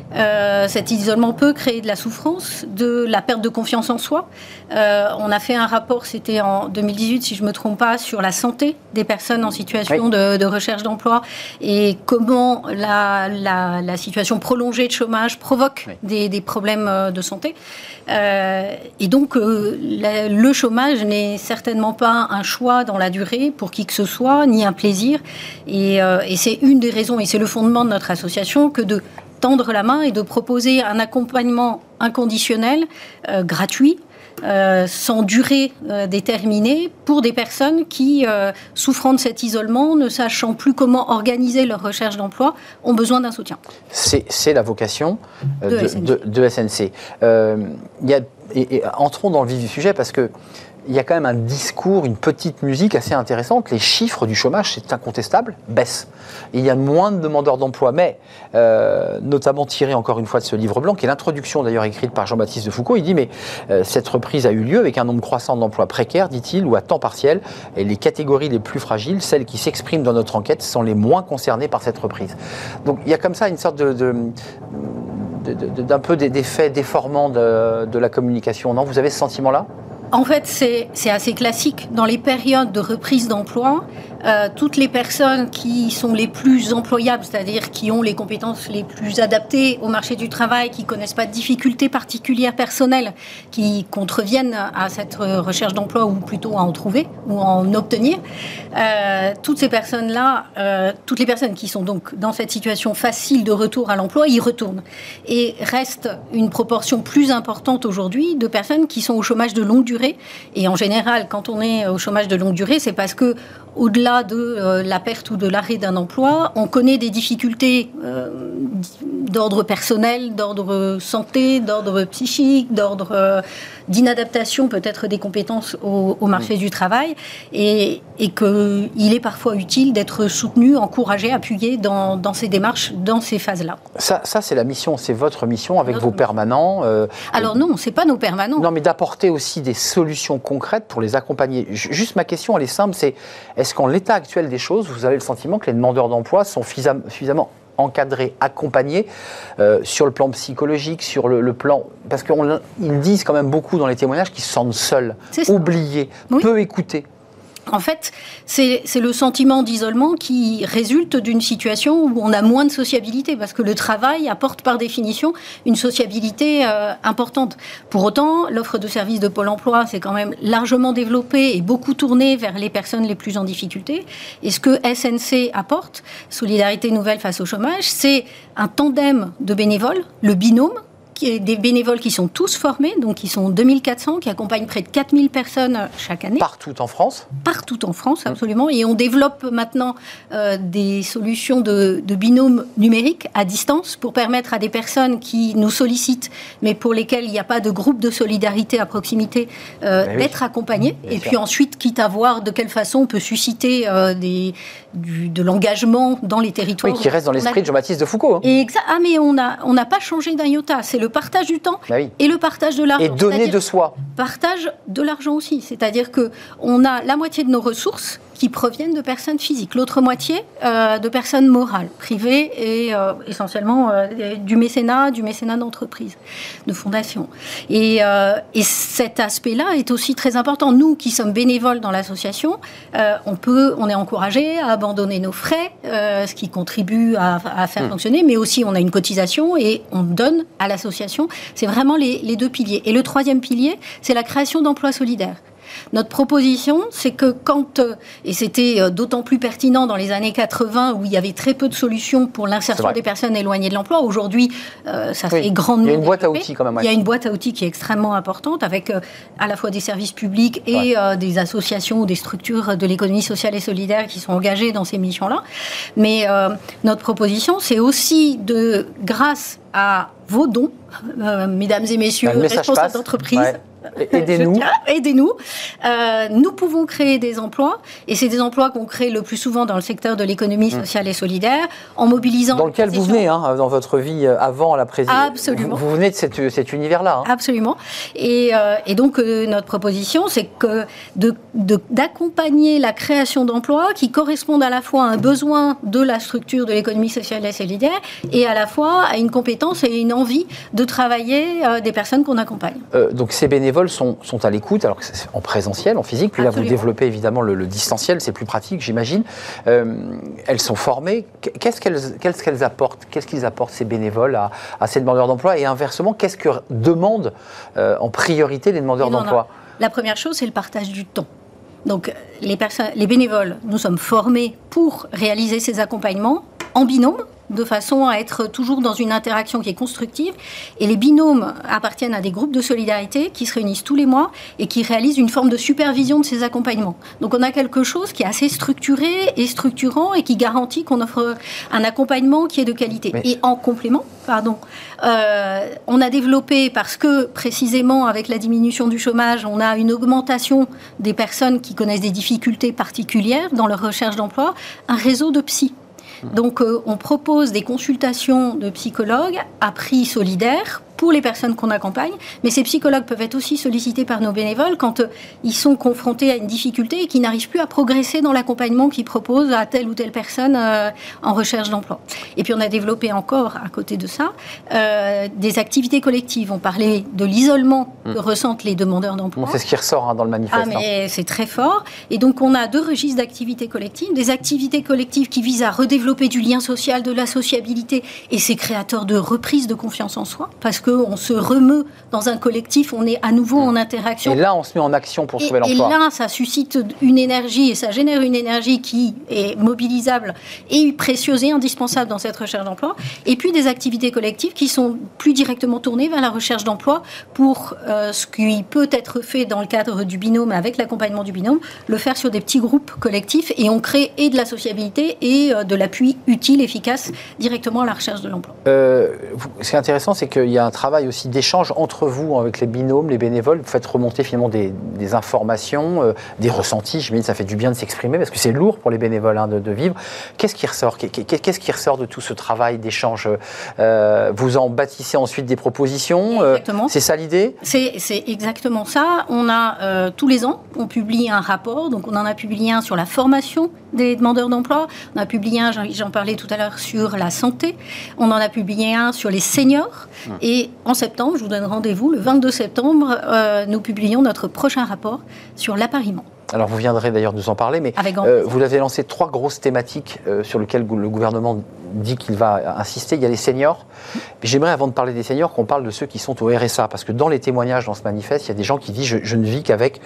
S4: Cet isolement peut créer de la souffrance, de la perte de confiance en soi. On a fait un rapport, c'était en 2018, si je ne me trompe pas, sur la santé des personnes en situation de recherche d'emploi et comment la situation prolongée de chômage provoque des problèmes de santé. Et donc, le chômage n'est certainement pas un choix dans la durée pour qui que ce soit, ni un plaisir. Et c'est une des raisons, et c'est le fondement de notre association, que de tendre la main et de proposer un accompagnement inconditionnel, gratuit, sans durée déterminée, pour des personnes qui, souffrant de cet isolement, ne sachant plus comment organiser leur recherche d'emploi, ont besoin d'un soutien.
S1: C'est la vocation de SNC. Entrons dans le vif du sujet, parce que il y a quand même un discours, une petite musique assez intéressante. Les chiffres du chômage, c'est incontestable, baissent. Il y a moins de demandeurs d'emploi, mais notamment tiré encore une fois de ce livre blanc, qui est l'introduction d'ailleurs écrite par Jean-Baptiste de Foucault. Il dit, mais cette reprise a eu lieu avec un nombre croissant d'emplois précaires, dit-il, ou à temps partiel, et les catégories les plus fragiles, celles qui s'expriment dans notre enquête, sont les moins concernées par cette reprise. Donc il y a comme ça une sorte d'un peu d'effet déformant de la communication. Non, vous avez ce sentiment-là ?
S4: En fait, c'est assez classique. Dans les périodes de reprise d'emploi, toutes les personnes qui sont les plus employables, c'est-à-dire qui ont les compétences les plus adaptées au marché du travail, qui ne connaissent pas de difficultés particulières personnelles, qui contreviennent à cette recherche d'emploi, ou plutôt à en trouver, ou à en obtenir, toutes ces personnes-là, toutes les personnes qui sont donc dans cette situation facile de retour à l'emploi, y retournent. Et reste une proportion plus importante aujourd'hui de personnes qui sont au chômage de longue durée. Et en général, quand on est au chômage de longue durée, c'est parce que, au-delà de la perte ou de l'arrêt d'un emploi, on connaît des difficultés d'ordre personnel, d'ordre santé, d'ordre psychique, d'ordre d'inadaptation peut-être des compétences au marché du travail, et qu'il est parfois utile d'être soutenu, encouragé, appuyé dans ces démarches, dans ces phases-là. Ça
S1: c'est la mission, c'est votre mission avec vos permanents.
S4: Alors non, c'est pas nos permanents.
S1: Non, mais d'apporter aussi des solutions concrètes pour les accompagner. Juste ma question, elle est simple, c'est est-ce qu'en l'état actuel des choses, vous avez le sentiment que les demandeurs d'emploi sont suffisamment encadrés, accompagnés sur le plan psychologique, sur le plan... Parce qu'ils disent quand même beaucoup dans les témoignages qu'ils se sentent seuls, oubliés, peu écoutés.
S4: En fait, c'est le sentiment d'isolement qui résulte d'une situation où on a moins de sociabilité, parce que le travail apporte par définition une sociabilité importante. Pour autant, l'offre de services de Pôle emploi s'est quand même largement développée et beaucoup tournée vers les personnes les plus en difficulté. Et ce que SNC apporte, Solidarité Nouvelle face au chômage, c'est un tandem de bénévoles, le binôme, des bénévoles qui sont tous formés, donc qui sont 2400, qui accompagnent près de 4000 personnes chaque année.
S1: Partout en France ?
S4: Partout en France, absolument. Et on développe maintenant des solutions de binôme numérique à distance pour permettre à des personnes qui nous sollicitent, mais pour lesquelles il n'y a pas de groupe de solidarité à proximité, d'être accompagnées. Et puis ensuite, quitte à voir de quelle façon on peut susciter de l'engagement dans les territoires.
S1: Oui, qui reste dans l'esprit de Jean-Baptiste de Foucault. Hein.
S4: Mais on n'a pas changé d'un iota. C'est le partage du temps et le partage de l'argent.
S1: Et donner de soi.
S4: Partage de l'argent aussi. C'est-à-dire qu'on a la moitié de nos ressources qui proviennent de personnes physiques, l'autre moitié de personnes morales, privées et essentiellement du mécénat d'entreprise, de fondation. Et cet aspect-là est aussi très important. Nous qui sommes bénévoles dans l'association, on est encouragés à abandonner nos frais, ce qui contribue à faire fonctionner, mais aussi on a une cotisation et on donne à l'association. C'est vraiment les deux piliers. Et le troisième pilier, c'est la création d'emplois solidaires. Notre proposition, c'est que et c'était d'autant plus pertinent dans les années 80 où il y avait très peu de solutions pour l'insertion des personnes éloignées de l'emploi. Aujourd'hui, ça s'est grandement développé. Il y a une boîte à outils quand même. Il y a une boîte à outils qui est extrêmement importante avec à la fois des services publics et des associations ou des structures de l'économie sociale et solidaire qui sont engagées dans ces missions-là. Mais notre proposition, c'est aussi grâce à vos dons, mesdames et messieurs, responsables d'entreprise,
S1: aidez-nous.
S4: Nous pouvons créer des emplois, et c'est des emplois qu'on crée le plus souvent dans le secteur de l'économie sociale et solidaire, en mobilisant...
S1: Dans lequel vous venez, dans votre vie avant la présidence.
S4: Absolument.
S1: Vous venez de cet univers-là.
S4: Absolument. Et donc, notre proposition, c'est d'accompagner la création d'emplois qui correspondent à la fois à un besoin de la structure de l'économie sociale et solidaire, et à la fois à une compétence et une envie de travailler des personnes qu'on accompagne.
S1: Donc, ces bénévoles bénévoles sont à l'écoute, alors que c'est en présentiel, en physique, puis là vous développez évidemment le distanciel, c'est plus pratique j'imagine. Elles sont formées, qu'est-ce qu'ils apportent ces bénévoles à ces demandeurs d'emploi, et inversement, qu'est-ce que demandent en priorité les demandeurs d'emploi?
S4: La première chose, c'est le partage du temps. Donc les bénévoles, nous sommes formés pour réaliser ces accompagnements en binôme, de façon à être toujours dans une interaction qui est constructive. Et les binômes appartiennent à des groupes de solidarité qui se réunissent tous les mois et qui réalisent une forme de supervision de ces accompagnements. Donc on a quelque chose qui est assez structuré et structurant et qui garantit qu'on offre un accompagnement qui est de qualité. Et en complément, on a développé, parce que précisément avec la diminution du chômage, on a une augmentation des personnes qui connaissent des difficultés particulières dans leur recherche d'emploi, un réseau de psy. Donc, on propose des consultations de psychologues à prix solidaire pour les personnes qu'on accompagne, mais ces psychologues peuvent être aussi sollicités par nos bénévoles quand ils sont confrontés à une difficulté et qu'ils n'arrivent plus à progresser dans l'accompagnement qu'ils proposent à telle ou telle personne en recherche d'emploi. Et puis on a développé encore, à côté de ça, des activités collectives. On parlait de l'isolement que ressentent les demandeurs d'emploi.
S1: C'est ce qui ressort dans le manifeste.
S4: Ah, mais c'est très fort. Et donc on a 2 registres d'activités collectives, des activités collectives qui visent à redévelopper du lien social, de la sociabilité, et c'est créateur de reprise de confiance en soi, parce qu'on se remeut dans un collectif, on est à nouveau en interaction.
S1: Et là, on se met en action pour sauver l'emploi.
S4: Et là, ça suscite une énergie, et ça génère une énergie qui est mobilisable et précieuse et indispensable dans cette recherche d'emploi. Et puis des activités collectives qui sont plus directement tournées vers la recherche d'emploi pour ce qui peut être fait dans le cadre du binôme, avec l'accompagnement du binôme, le faire sur des petits groupes collectifs, et on crée et de la sociabilité et de l'appui utile, efficace, directement à la recherche de l'emploi.
S1: Ce qui est intéressant, c'est qu'il y a un travail aussi d'échange entre vous, avec les binômes, les bénévoles. Vous faites remonter finalement des informations, des ressentis. J'imagine que ça fait du bien de s'exprimer, parce que c'est lourd pour les bénévoles de vivre. Qu'est-ce qui ressort de tout ce travail d'échange? Vous en bâtissez ensuite des propositions?
S4: Exactement.
S1: C'est ça l'idée?
S4: C'est exactement ça. On a tous les ans, on publie un rapport. Donc on en a publié un sur la formation des demandeurs d'emploi. On a publié un, j'en parlais tout à l'heure, sur la santé. On en a publié un sur les seniors. Et en septembre, je vous donne rendez-vous, le 22 septembre, nous publions notre prochain rapport sur l'appariement.
S1: Alors vous viendrez d'ailleurs nous en parler, mais vous avez lancé 3 grosses thématiques sur lesquelles le gouvernement dit qu'il va insister. Il y a les seniors. J'aimerais, avant de parler des seniors, qu'on parle de ceux qui sont au RSA, parce que dans les témoignages dans ce manifeste, il y a des gens qui disent je ne vis qu'avec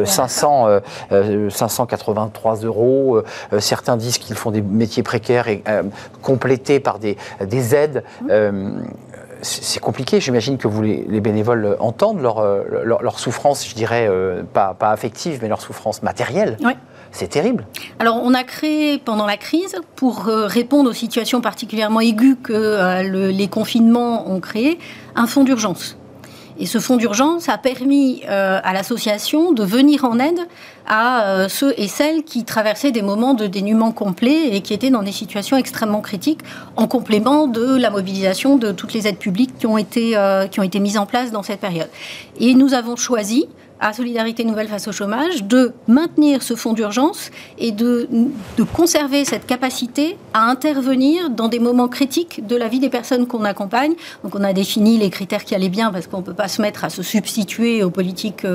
S1: 583 euros. Certains disent qu'ils font des métiers précaires et complétés par des aides. C'est compliqué, j'imagine que vous, les bénévoles, entendent leur souffrance, je dirais, pas affective, mais leur souffrance matérielle.
S4: Oui.
S1: C'est terrible.
S4: Alors, on a créé, pendant la crise, pour répondre aux situations particulièrement aiguës que les confinements ont créé, un fonds d'urgence. Et ce fonds d'urgence a permis à l'association de venir en aide à ceux et celles qui traversaient des moments de dénuement complet et qui étaient dans des situations extrêmement critiques, en complément de la mobilisation de toutes les aides publiques qui ont été mises en place dans cette période. Et nous avons choisi, à Solidarité Nouvelle face au chômage, de maintenir ce fonds d'urgence et de conserver cette capacité à intervenir dans des moments critiques de la vie des personnes qu'on accompagne. Donc on a défini les critères qui allaient bien, parce qu'on ne peut pas se mettre à se substituer aux politiques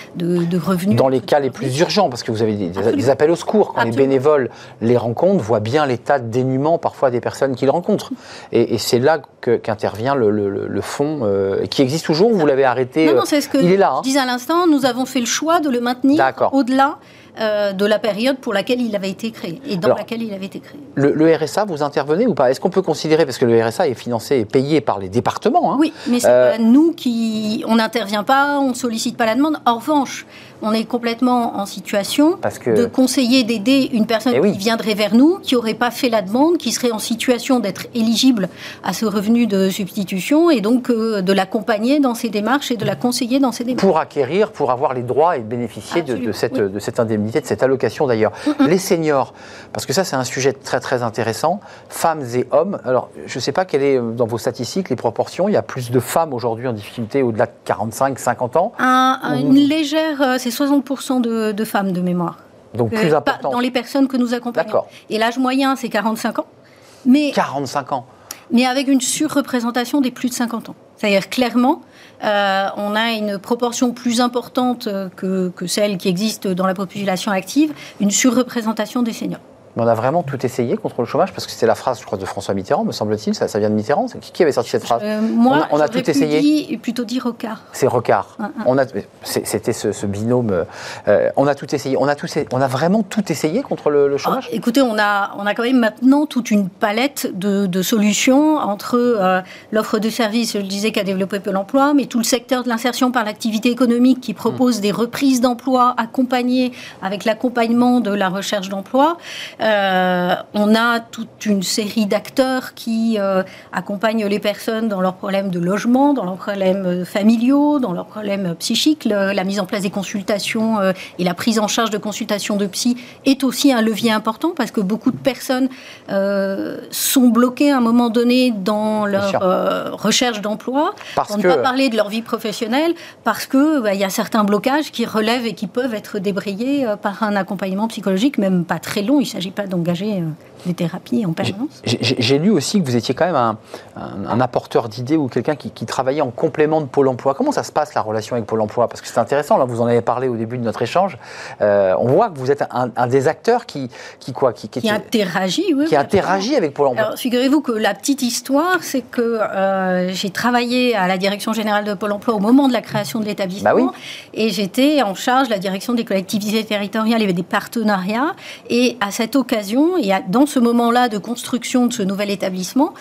S4: de revenus.
S1: Dans les cas les plus urgents, parce que vous avez des appels au secours, quand les bénévoles les rencontrent, voient bien l'état de dénuement parfois des personnes qu'ils rencontrent. Et c'est là qu'intervient le fonds, qui existe toujours, ou vous l'avez arrêté?
S4: Non, c'est ce que
S1: il est là,
S4: je disais à l'instant. Nous avons fait le choix de le maintenir au-delà de la période pour laquelle il avait été créé et dans laquelle il avait été créé.
S1: Le RSA, vous intervenez ou pas? Est-ce qu'on peut considérer, parce que le RSA est financé et payé par les départements, hein,
S4: oui, mais c'est pas nous on n'intervient pas, on ne sollicite pas la demande. En revanche, on est complètement en situation de conseiller, d'aider une personne qui viendrait vers nous, qui n'aurait pas fait la demande, qui serait en situation d'être éligible à ce revenu de substitution, et donc de l'accompagner dans ses démarches et de la conseiller dans ses démarches.
S1: Pour avoir les droits et bénéficier de cette indemnité, de cette allocation d'ailleurs. Les seniors, parce que ça c'est un sujet très très intéressant, femmes et hommes. Alors je ne sais pas quelle est dans vos statistiques les proportions, il y a plus de femmes aujourd'hui en difficulté au-delà de 45-50 ans.
S4: Une légère, c'est 60% de femmes de mémoire.
S1: Donc plus important.
S4: Dans les personnes que nous accompagnons. D'accord. Et l'âge moyen c'est 45 ans. Mais
S1: 45 ans.
S4: Mais avec une surreprésentation des plus de 50 ans. C'est-à-dire clairement, on a une proportion plus importante que celle qui existe dans la population active, une surreprésentation des seniors.
S1: Mais on a vraiment tout essayé contre le chômage, parce que c'était la phrase, je crois, de François Mitterrand, me semble-t-il. Ça vient de Mitterrand. Qui avait sorti cette phrase?
S4: Moi,
S1: on a tout essayé.
S4: Plutôt dit Rocard.
S1: C'est Rocard. C'était ce binôme. On a tout essayé. On a vraiment tout essayé contre le chômage.
S4: Écoutez, on a quand même maintenant toute une palette de solutions entre l'offre de services, je le disais, qu'a développé Pôle emploi, mais tout le secteur de l'insertion par l'activité économique qui propose des reprises d'emploi accompagnées avec l'accompagnement de la recherche d'emploi. On a toute une série d'acteurs qui accompagnent les personnes dans leurs problèmes de logement, dans leurs problèmes familiaux, dans leurs problèmes psychiques. La mise en place des consultations et la prise en charge de consultations de psy est aussi un levier important parce que beaucoup de personnes sont bloquées à un moment donné dans leur recherche d'emploi, pour ne pas parler de leur vie professionnelle, parce qu'il y a certains blocages qui relèvent et qui peuvent être débrayés par un accompagnement psychologique, même pas très long. Il ne s'agit pas d'engager des thérapies en permanence.
S1: J'ai lu aussi que vous étiez quand même un apporteur d'idées ou quelqu'un qui travaillait en complément de Pôle emploi. Comment ça se passe, la relation avec Pôle emploi? Parce que c'est intéressant, là, vous en avez parlé au début de notre échange. On voit que vous êtes un des acteurs qui
S4: interagit, oui,
S1: qui interagit avec Pôle emploi.
S4: Alors, figurez-vous que la petite histoire, c'est que j'ai travaillé à la direction générale de Pôle emploi au moment de la création de l'établissement, et j'étais en charge de la direction des collectivités territoriales et des partenariats. Et à cette occasion, et dans ce moment-là de construction de ce nouvel établissement,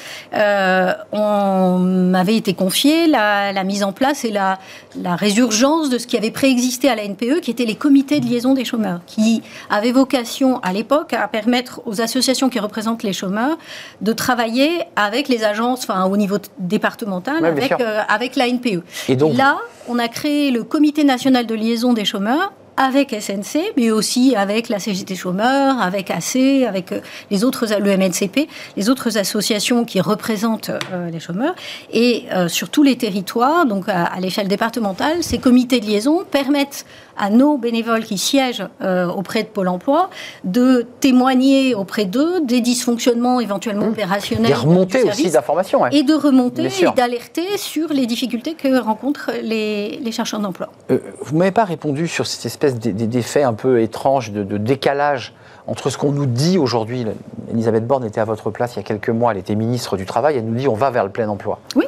S4: on m'avait été confié la mise en place et la résurgence de ce qui avait préexisté à la NPE, qui étaient les comités de liaison des chômeurs, qui avaient vocation à l'époque à permettre aux associations qui représentent les chômeurs de travailler avec les agences, au niveau départemental, avec la NPE. Et donc, là, on a créé le comité national de liaison des chômeurs, avec SNC, mais aussi avec la CGT Chômeurs, avec AC, avec les autres, le MNCP, les autres associations qui représentent les chômeurs. Et sur tous les territoires, donc à l'échelle départementale, ces comités de liaison permettent à nos bénévoles qui siègent auprès de Pôle emploi de témoigner auprès d'eux des dysfonctionnements éventuellement opérationnels.
S1: Des remontées aussi d'informations.
S4: Et de remonter et d'alerter sur les difficultés que rencontrent les chercheurs d'emploi.
S1: Vous ne m'avez pas répondu sur cette espèce d'effet un peu étrange de décalage entre ce qu'on nous dit aujourd'hui. Elisabeth Borne était à votre place il y a quelques mois, elle était ministre du Travail, elle nous dit on va vers le plein emploi.
S4: Oui.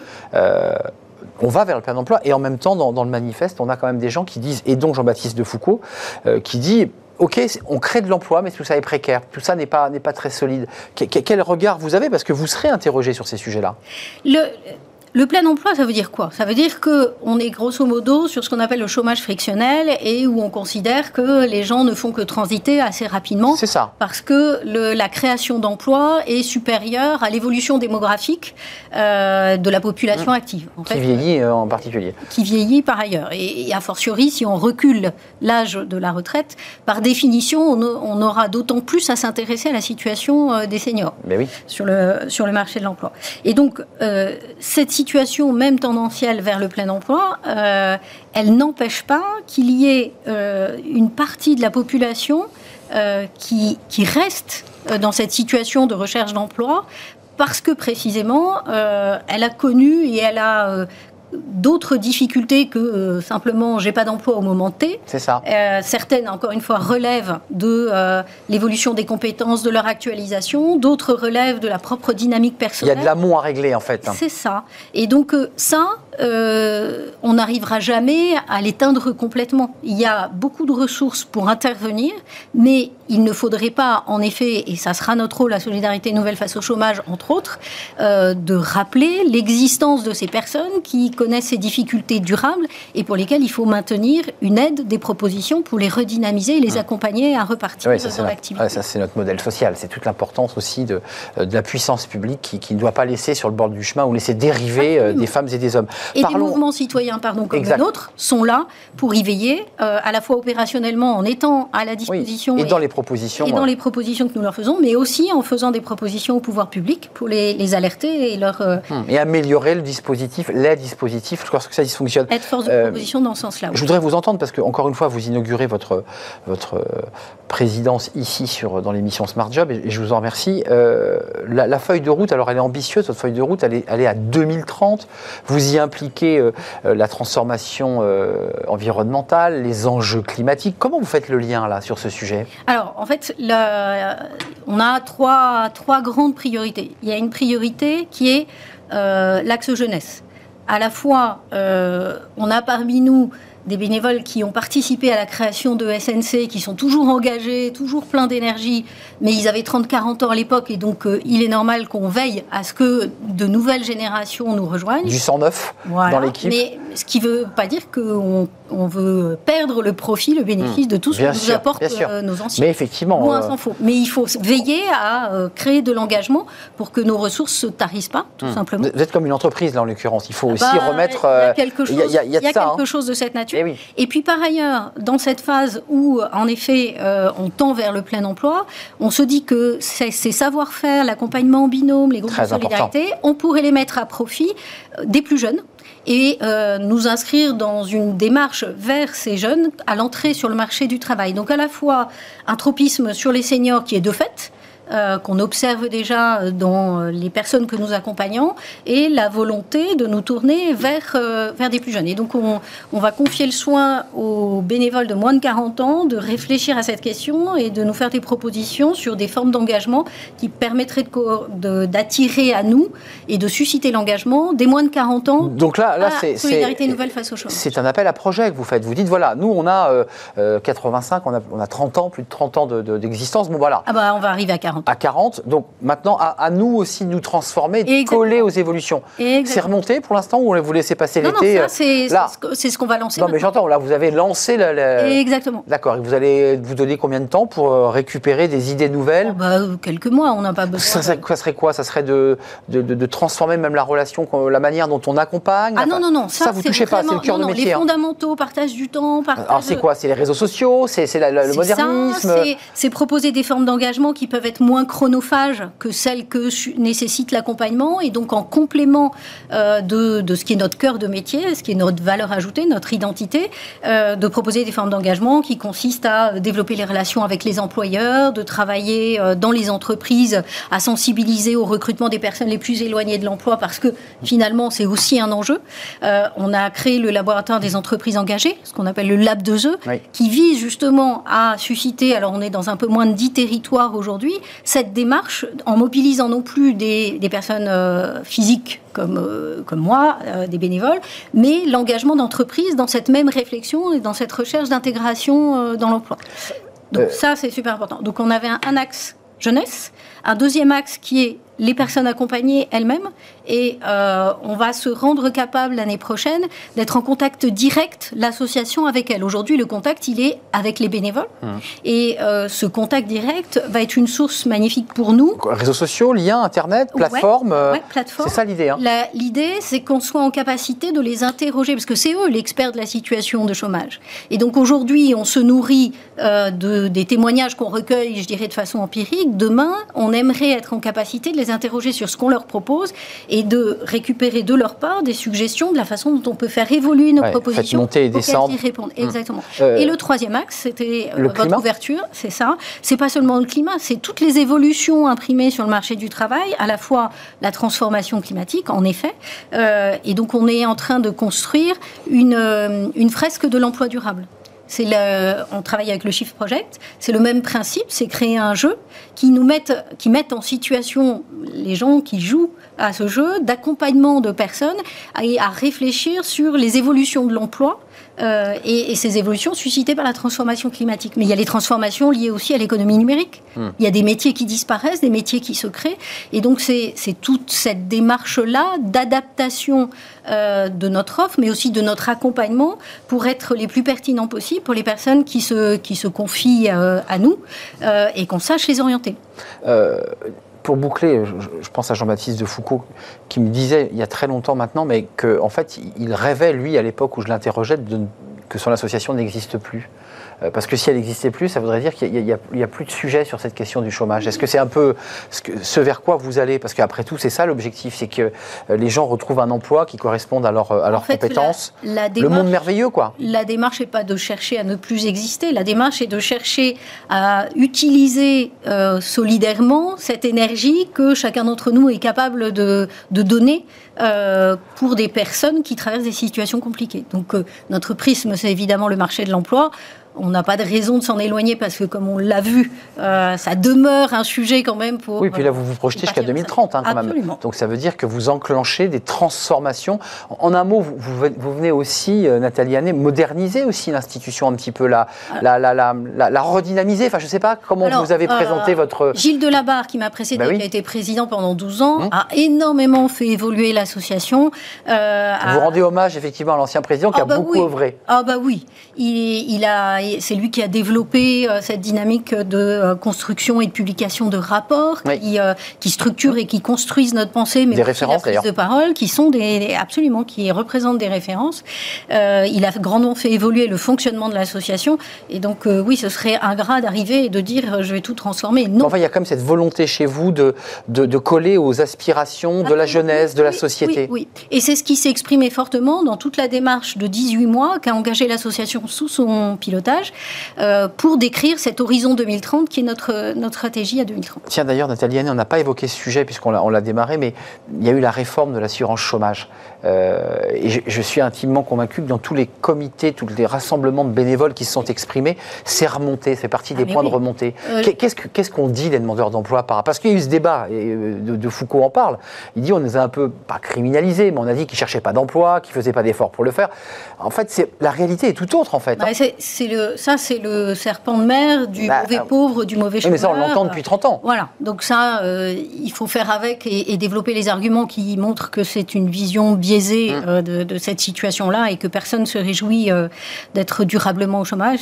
S1: On va vers le plein emploi, et en même temps, dans le manifeste, on a quand même des gens qui disent, et donc Jean-Baptiste Defoucault, qui dit ok, on crée de l'emploi, mais tout ça est précaire, tout ça n'est pas très solide. Quel regard vous avez, parce que vous serez interrogé sur ces sujets-là?
S4: Le plein emploi, ça veut dire quoi? Ça veut dire qu'on est grosso modo sur ce qu'on appelle le chômage frictionnel et où on considère que les gens ne font que transiter assez rapidement.
S1: C'est ça.
S4: Parce que la création d'emplois est supérieure à l'évolution démographique de la population active.
S1: Qui vieillit en particulier.
S4: Qui vieillit par ailleurs. Et a fortiori, si on recule l'âge de la retraite, par définition, on aura d'autant plus à s'intéresser à la situation des seniors.
S1: Mais oui.
S4: Sur le marché de l'emploi. Et donc, cette situation même tendancielle vers le plein emploi, elle n'empêche pas qu'il y ait une partie de la population qui reste dans cette situation de recherche d'emploi parce que précisément elle a connu et elle a d'autres difficultés que simplement j'ai pas d'emploi au moment T.
S1: C'est ça.
S4: Certaines, encore une fois, relèvent de l'évolution des compétences, de leur actualisation. D'autres relèvent de la propre dynamique personnelle.
S1: Il y a de l'amont à régler, en fait.
S4: C'est ça. Et donc ça, on n'arrivera jamais à l'éteindre complètement. Il y a beaucoup de ressources pour intervenir, mais il ne faudrait pas, en effet, et ça sera notre rôle, la solidarité nouvelle face au chômage, entre autres, de rappeler l'existence de ces personnes qui connaissent ces difficultés durables et pour lesquelles il faut maintenir une aide, des propositions pour les redynamiser et les accompagner à repartir dans l'activité.
S1: Ça, c'est notre modèle social. C'est toute l'importance aussi de la puissance publique qui ne doit pas laisser sur le bord du chemin ou laisser dériver des femmes et des hommes.
S4: Et des mouvements citoyens, comme les nôtres, sont là pour y veiller, à la fois opérationnellement en étant à la disposition
S1: et dans les propositions.
S4: Et dans les propositions que nous leur faisons, mais aussi en faisant des propositions au pouvoir public pour les alerter et leur...
S1: Et améliorer le dispositif, les dispositifs, lorsque ça dysfonctionne.
S4: Être force de proposition dans ce sens-là. Oui.
S1: Je voudrais vous entendre parce que, encore une fois, vous inaugurez votre présidence ici dans l'émission Smart Job et je vous en remercie. La feuille de route, alors elle est ambitieuse, votre feuille de route, elle est à 2030. Vous y impliquez impliquer la transformation environnementale, les enjeux climatiques. Comment vous faites le lien là sur ce sujet?
S4: Alors, en fait, on a trois grandes priorités. Il y a une priorité qui est l'axe jeunesse. À la fois, on a parmi nous des bénévoles qui ont participé à la création de SNC, qui sont toujours engagés, toujours pleins d'énergie, mais ils avaient 30-40 ans à l'époque, et donc il est normal qu'on veille à ce que de nouvelles générations nous rejoignent.
S1: Du sang neuf dans l'équipe.
S4: Mais ce qui ne veut pas dire qu'on veut perdre le profit, le bénéfice de tout ce que nous apportent nos anciens.
S1: Mais effectivement...
S4: Loin s'en faut. Mais il faut veiller à créer de l'engagement pour que nos ressources ne se tarissent pas, tout simplement.
S1: Vous êtes comme une entreprise, là, en l'occurrence. Il faut aussi remettre...
S4: Il y a quelque chose de cette nature.
S1: Oui.
S4: Et puis par ailleurs, dans cette phase où, en effet, on tend vers le plein emploi, on se dit que ces savoir-faire, l'accompagnement en binôme, les groupes de solidarité, on pourrait les mettre à profit des plus jeunes et nous inscrire dans une démarche vers ces jeunes à l'entrée sur le marché du travail. Donc à la fois un tropisme sur les seniors qui est de fait, qu'on observe déjà dans les personnes que nous accompagnons, et la volonté de nous tourner vers des plus jeunes. Et donc on va confier le soin aux bénévoles de moins de 40 ans de réfléchir à cette question et de nous faire des propositions sur des formes d'engagement qui permettraient d'attirer à nous et de susciter l'engagement des moins de 40 ans.
S1: Donc là c'est
S4: Solidarité Nouvelle face au chômage.
S1: C'est un appel à projet que vous faites. Vous dites, voilà, nous on a 85, on a 30 ans, plus de 30 ans d'existence. Bon voilà.
S4: Ah bah on va arriver à 40.
S1: À 40, donc maintenant à nous aussi de nous transformer, de coller aux évolutions. C'est remonté pour l'instant ou vous laissez passer l'été?
S4: Non, c'est ce qu'on va lancer.
S1: Non, mais j'entends, là vous avez lancé
S4: Exactement.
S1: D'accord, et vous allez vous donner combien de temps pour récupérer des idées nouvelles?
S4: Quelques mois, on n'a pas besoin.
S1: Ça serait quoi? Ça serait de transformer même la relation, la manière dont on accompagne?
S4: Non,
S1: ça vous touchez pas, c'est le cœur de métier.
S4: Les fondamentaux, partage du temps,
S1: Alors c'est quoi? C'est les réseaux sociaux? C'est le modernisme?
S4: C'est proposer des formes d'engagement qui peuvent être moins chronophages que celles que nécessite l'accompagnement, et donc en complément de ce qui est notre cœur de métier, ce qui est notre valeur ajoutée, notre identité, de proposer des formes d'engagement qui consistent à développer les relations avec les employeurs, de travailler dans les entreprises, à sensibiliser au recrutement des personnes les plus éloignées de l'emploi, parce que finalement c'est aussi un enjeu. On a créé le laboratoire des entreprises engagées, ce qu'on appelle le Lab 2E, qui vise justement à susciter, alors on est dans un peu moins de 10 territoires aujourd'hui, cette démarche en mobilisant non plus des personnes physiques comme moi, des bénévoles, mais l'engagement d'entreprises dans cette même réflexion et dans cette recherche d'intégration dans l'emploi. Donc ça, c'est super important. Donc on avait un axe jeunesse, un deuxième axe qui est les personnes accompagnées elles-mêmes, et on va se rendre capable l'année prochaine d'être en contact direct, l'association, avec elles. Aujourd'hui, le contact, il est avec les bénévoles, et ce contact direct va être une source magnifique pour nous.
S1: Réseaux sociaux, liens, Internet, plateforme,
S4: plateforme.
S1: C'est ça l'idée.
S4: L'idée, c'est qu'on soit en capacité de les interroger, parce que c'est eux l'expert de la situation de chômage. Et donc aujourd'hui, on se nourrit des témoignages qu'on recueille, je dirais, de façon empirique. Demain, on aimerait être en capacité de les interroger sur ce qu'on leur propose et de récupérer de leur part des suggestions de la façon dont on peut faire évoluer nos propositions
S1: monter et descendre.
S4: Pour qu'elles y répondent. Exactement. Et le troisième axe, c'était votre ouverture, c'est ça. C'est pas seulement le climat, c'est toutes les évolutions imprimées sur le marché du travail, à la fois la transformation climatique, en effet, et donc on est en train de construire une fresque de l'emploi durable. On travaille avec le Shift Project, c'est le même principe, c'est créer un jeu qui mette en situation les gens qui jouent à ce jeu d'accompagnement de personnes et à réfléchir sur les évolutions de l'emploi et ces évolutions suscitées par la transformation climatique. Mais il y a les transformations liées aussi à l'économie numérique. Il y a des métiers qui disparaissent, des métiers qui se créent. Et donc, c'est toute cette démarche-là d'adaptation de notre offre, mais aussi de notre accompagnement pour être les plus pertinents possibles pour les personnes qui se confient à nous et qu'on sache les orienter.
S1: Pour boucler, je pense à Jean-Baptiste de Foucault qui me disait il y a très longtemps maintenant, mais qu'en fait, il rêvait, lui, à l'époque où je l'interrogeais, que son association n'existe plus. Parce que si elle n'existait plus, ça voudrait dire qu'il n'y a plus de sujet sur cette question du chômage. Est-ce que c'est un peu ce vers quoi vous allez? Parce qu'après tout, c'est ça l'objectif, c'est que les gens retrouvent un emploi qui corresponde à leurs compétences. Le monde merveilleux, quoi.
S4: La démarche n'est pas de chercher à ne plus exister. La démarche est de chercher à utiliser solidairement cette énergie que chacun d'entre nous est capable de donner pour des personnes qui traversent des situations compliquées. Donc notre prisme, c'est évidemment le marché de l'emploi. On n'a pas de raison de s'en éloigner parce que, comme on l'a vu, ça demeure un sujet quand même pour...
S1: Oui, puis là, vous vous projetez jusqu'à 2030, hein, quand
S4: Absolument.
S1: même. Donc, ça veut dire que vous enclenchez des transformations. En un mot, vous venez aussi, Nathalie Hannet, moderniser aussi l'institution un petit peu, la redynamiser. Enfin, je ne sais pas comment vous avez présenté votre...
S4: Gilles Delabarre, qui m'a précédé, qui a été président pendant 12 ans, a énormément fait évoluer l'association.
S1: Vous rendez hommage, effectivement, à l'ancien président qui a beaucoup œuvré.
S4: Ah bah oui. C'est lui qui a développé cette dynamique de construction et de publication de rapports qui structurent et qui construisent notre pensée, mais
S1: des
S4: aussi
S1: références,
S4: la prise de parole, qui sont qui représentent des références. Il a grandement fait évoluer le fonctionnement de l'association. Et donc, oui, ce serait ingrat d'arriver et de dire je vais tout transformer. Non.
S1: Enfin, il y a comme cette volonté chez vous de coller aux aspirations de la jeunesse, de la société.
S4: Oui. Et c'est ce qui s'est exprimé fortement dans toute la démarche de 18 mois qu'a engagé l'association sous son pilotage pour décrire cet horizon 2030 qui est notre stratégie à 2030.
S1: Tiens, d'ailleurs, Nathalie Hannet, on n'a pas évoqué ce sujet puisqu'on l'a démarré, mais il y a eu la réforme de l'assurance chômage. Et je suis intimement convaincu que dans tous les comités, tous les rassemblements de bénévoles qui se sont exprimés, c'est remonté, c'est parti des points de remontée. Qu'est-ce qu'on dit les demandeurs d'emploi parce qu'il y a eu ce débat, et de Foucault en parle, il dit on les a un peu, pas criminalisés, mais on a dit qu'ils ne cherchaient pas d'emploi, qu'ils ne faisaient pas d'efforts pour le faire. En fait, la réalité est tout autre, en fait.
S4: C'est le serpent de mer du mauvais pauvre, du mauvais chômeur.
S1: Mais ça, on l'entend depuis 30 ans.
S4: Voilà, donc ça, il faut faire avec et développer les arguments qui montrent que c'est une vision biaisée de cette situation-là et que personne ne se réjouit d'être durablement au chômage.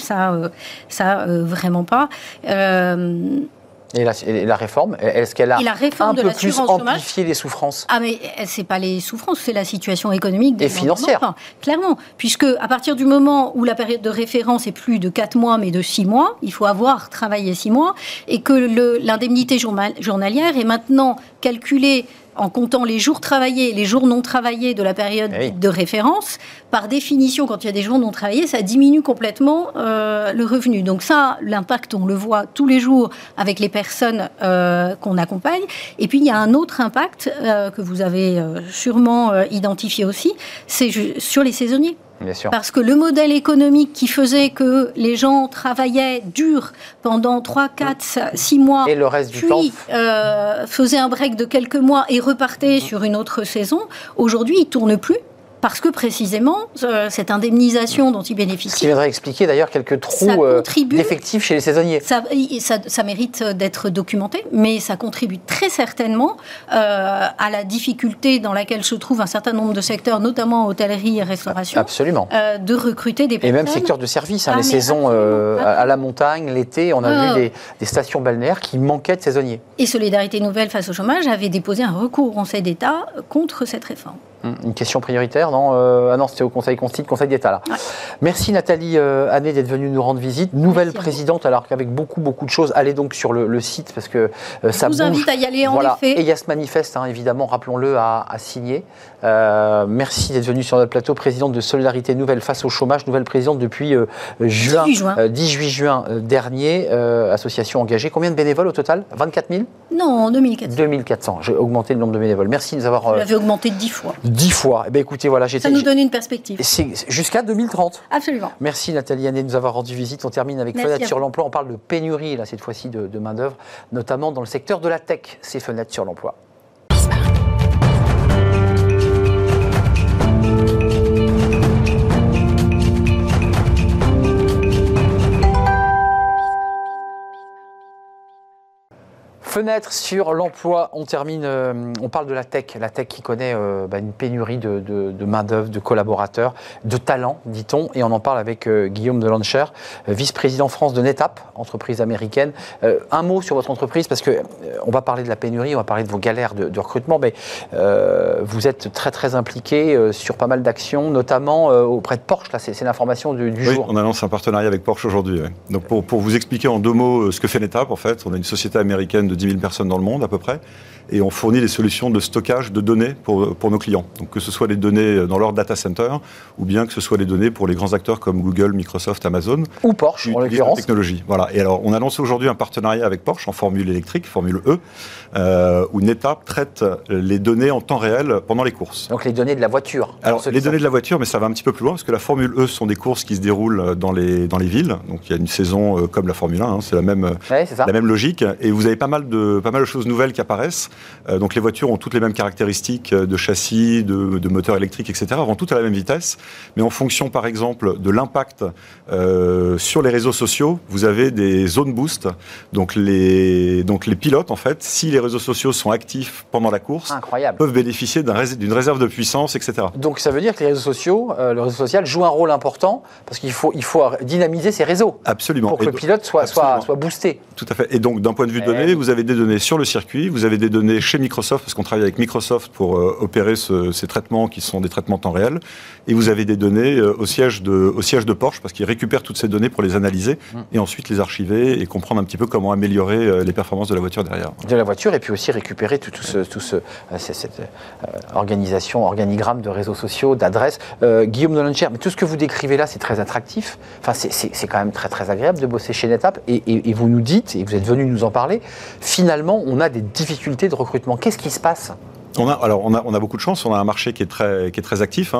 S4: Ça vraiment pas.
S1: Et la réforme, est-ce qu'elle a un peu plus amplifié les souffrances?
S4: Ah mais c'est pas les souffrances, c'est la situation économique
S1: et financière.
S4: Clairement, puisque à partir du moment où la période de référence est plus de 4 mois mais de 6 mois, il faut avoir travaillé 6 mois et que l'indemnité journalière est maintenant calculée en comptant les jours travaillés et les jours non travaillés de la période de référence. Par définition, quand il y a des jours non travaillés, ça diminue complètement le revenu. Donc ça, l'impact, on le voit tous les jours avec les personnes qu'on accompagne. Et puis, il y a un autre impact que vous avez sûrement identifié aussi, c'est sur les saisonniers.
S1: Bien sûr.
S4: Parce que le modèle économique qui faisait que les gens travaillaient dur pendant 3, 4, 6 mois,
S1: et le reste du temps,
S4: faisait un break de quelques mois et repartait sur une autre saison, aujourd'hui, il ne tourne plus. Parce que précisément, cette indemnisation dont ils bénéficient...
S1: Ce qui viendrait expliquer d'ailleurs quelques trous d'effectifs chez les saisonniers.
S4: Ça mérite d'être documenté, mais ça contribue très certainement à la difficulté dans laquelle se trouve un certain nombre de secteurs, notamment hôtellerie et restauration.
S1: Absolument.
S4: De recruter des personnes.
S1: Et même secteur de service, les saisons à la montagne, l'été, on a vu des stations balnéaires qui manquaient de saisonniers.
S4: Et Solidarité Nouvelle face au chômage avait déposé un recours au Conseil d'État contre cette réforme.
S1: Une question prioritaire, non non, c'était au Conseil d'État, là. Ouais. Merci Nathalie Hannet d'être venue nous rendre visite. Nouvelle présidente, alors qu'avec beaucoup de choses. Allez donc sur le site, parce que ça bouge.
S4: Je vous invite à y aller, en effet.
S1: Et il y a ce manifeste, évidemment, rappelons-le, à signer. Merci d'être venue sur notre plateau, présidente de Solidarité Nouvelle face au chômage, nouvelle présidente depuis 18 juin dernier, association engagée. Combien de bénévoles au total? 24 000?
S4: Non, 2400.
S1: 2400, j'ai augmenté le nombre de bénévoles. Merci de nous avoir...
S4: Vous l'avez augmenté 10 fois.
S1: 10 fois. Eh bien, écoutez, voilà,
S4: ça nous donne une perspective.
S1: C'est jusqu'à 2030.
S4: Absolument.
S1: Merci Nathalie Hannet de nous avoir rendu visite. On termine avec Fenêtre sur l'emploi. On parle de pénurie, là, cette fois-ci, de main-d'œuvre, notamment dans le secteur de la tech, ces Fenêtres sur l'emploi. Fenêtre sur l'emploi, on termine, on parle de la tech qui connaît une pénurie de main-d'œuvre, de collaborateurs, de talents, dit-on, et on en parle avec Guillaume de Lancher, vice-président France de NetApp, entreprise américaine. Un mot sur votre entreprise, parce qu'on va parler de la pénurie, on va parler de vos galères de recrutement, mais vous êtes très très impliqué sur pas mal d'actions, notamment auprès de Porsche, là c'est l'information du jour.
S5: On annonce un partenariat avec Porsche aujourd'hui. Ouais. Donc pour vous expliquer en 2 mots ce que fait NetApp, en fait, on a une société américaine de 10 000 personnes dans le monde à peu près, et on fournit des solutions de stockage de données pour nos clients. Donc que ce soit les données dans leur data center, ou bien que ce soit les données pour les grands acteurs comme Google, Microsoft, Amazon.
S1: Ou Porsche, en l'occurrence.
S5: Technologie. Voilà. Et alors, on annonce aujourd'hui un partenariat avec Porsche en formule électrique, formule E, où NetApp traite les données en temps réel pendant les courses.
S1: Donc les données de la voiture.
S5: Alors, les données de la voiture, mais ça va un petit peu plus loin, parce que la formule E sont des courses qui se déroulent dans les villes. Donc il y a une saison comme la Formule 1, c'est la même logique. Et vous avez pas mal de choses nouvelles qui apparaissent. Donc les voitures ont toutes les mêmes caractéristiques de châssis, de moteurs électriques, etc. Vont toutes à la même vitesse, mais en fonction, par exemple, de l'impact sur les réseaux sociaux, vous avez des zones boost. Donc les pilotes, en fait, si les réseaux sociaux sont actifs pendant la course, peuvent bénéficier d'une réserve de puissance, etc.
S1: Donc ça veut dire que les réseaux sociaux, le réseau social joue un rôle important, parce qu'il faut dynamiser ces réseaux.
S5: Absolument.
S1: Pour que le pilote soit boosté.
S5: Tout à fait. Et donc d'un point de vue données, vous avez des données sur le circuit, vous avez des données chez Microsoft, parce qu'on travaille avec Microsoft pour opérer ces traitements qui sont des traitements temps réel, et vous avez des données au siège de Porsche, parce qu'ils récupèrent toutes ces données pour les analyser, et ensuite les archiver et comprendre un petit peu comment améliorer les performances de la voiture derrière.
S1: De la voiture, et puis aussi récupérer cette organigramme de réseaux sociaux, d'adresses. Guillaume de Lancher, mais tout ce que vous décrivez là, c'est très attractif. Enfin, c'est quand même très très agréable de bosser chez NetApp, et vous nous dites, et vous êtes venu nous en parler, finalement, on a des difficultés de recrutement. Qu'est-ce qui se passe ?
S5: On a beaucoup de chance, on a un marché qui est très actif. Hein.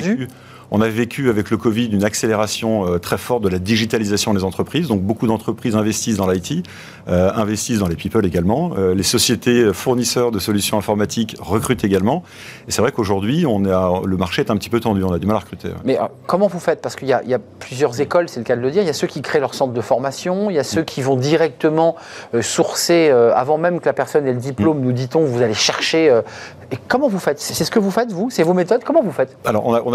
S5: On a vécu avec le Covid une accélération très forte de la digitalisation des entreprises. Donc beaucoup d'entreprises investissent dans l'IT, investissent dans les people également. Les sociétés fournisseurs de solutions informatiques recrutent également. Et c'est vrai qu'aujourd'hui, le marché est un petit peu tendu, on a du mal à recruter. Ouais.
S1: Mais comment vous faites ? Parce qu'il y a plusieurs écoles, c'est le cas de le dire. Il y a ceux qui créent leur centre de formation, il y a ceux qui vont directement sourcer, avant même que la personne ait le diplôme, nous dit-on, vous allez chercher. Et comment vous faites ? C'est ce que vous faites, vous ? C'est vos méthodes ? Comment vous faites ?
S5: Alors, on a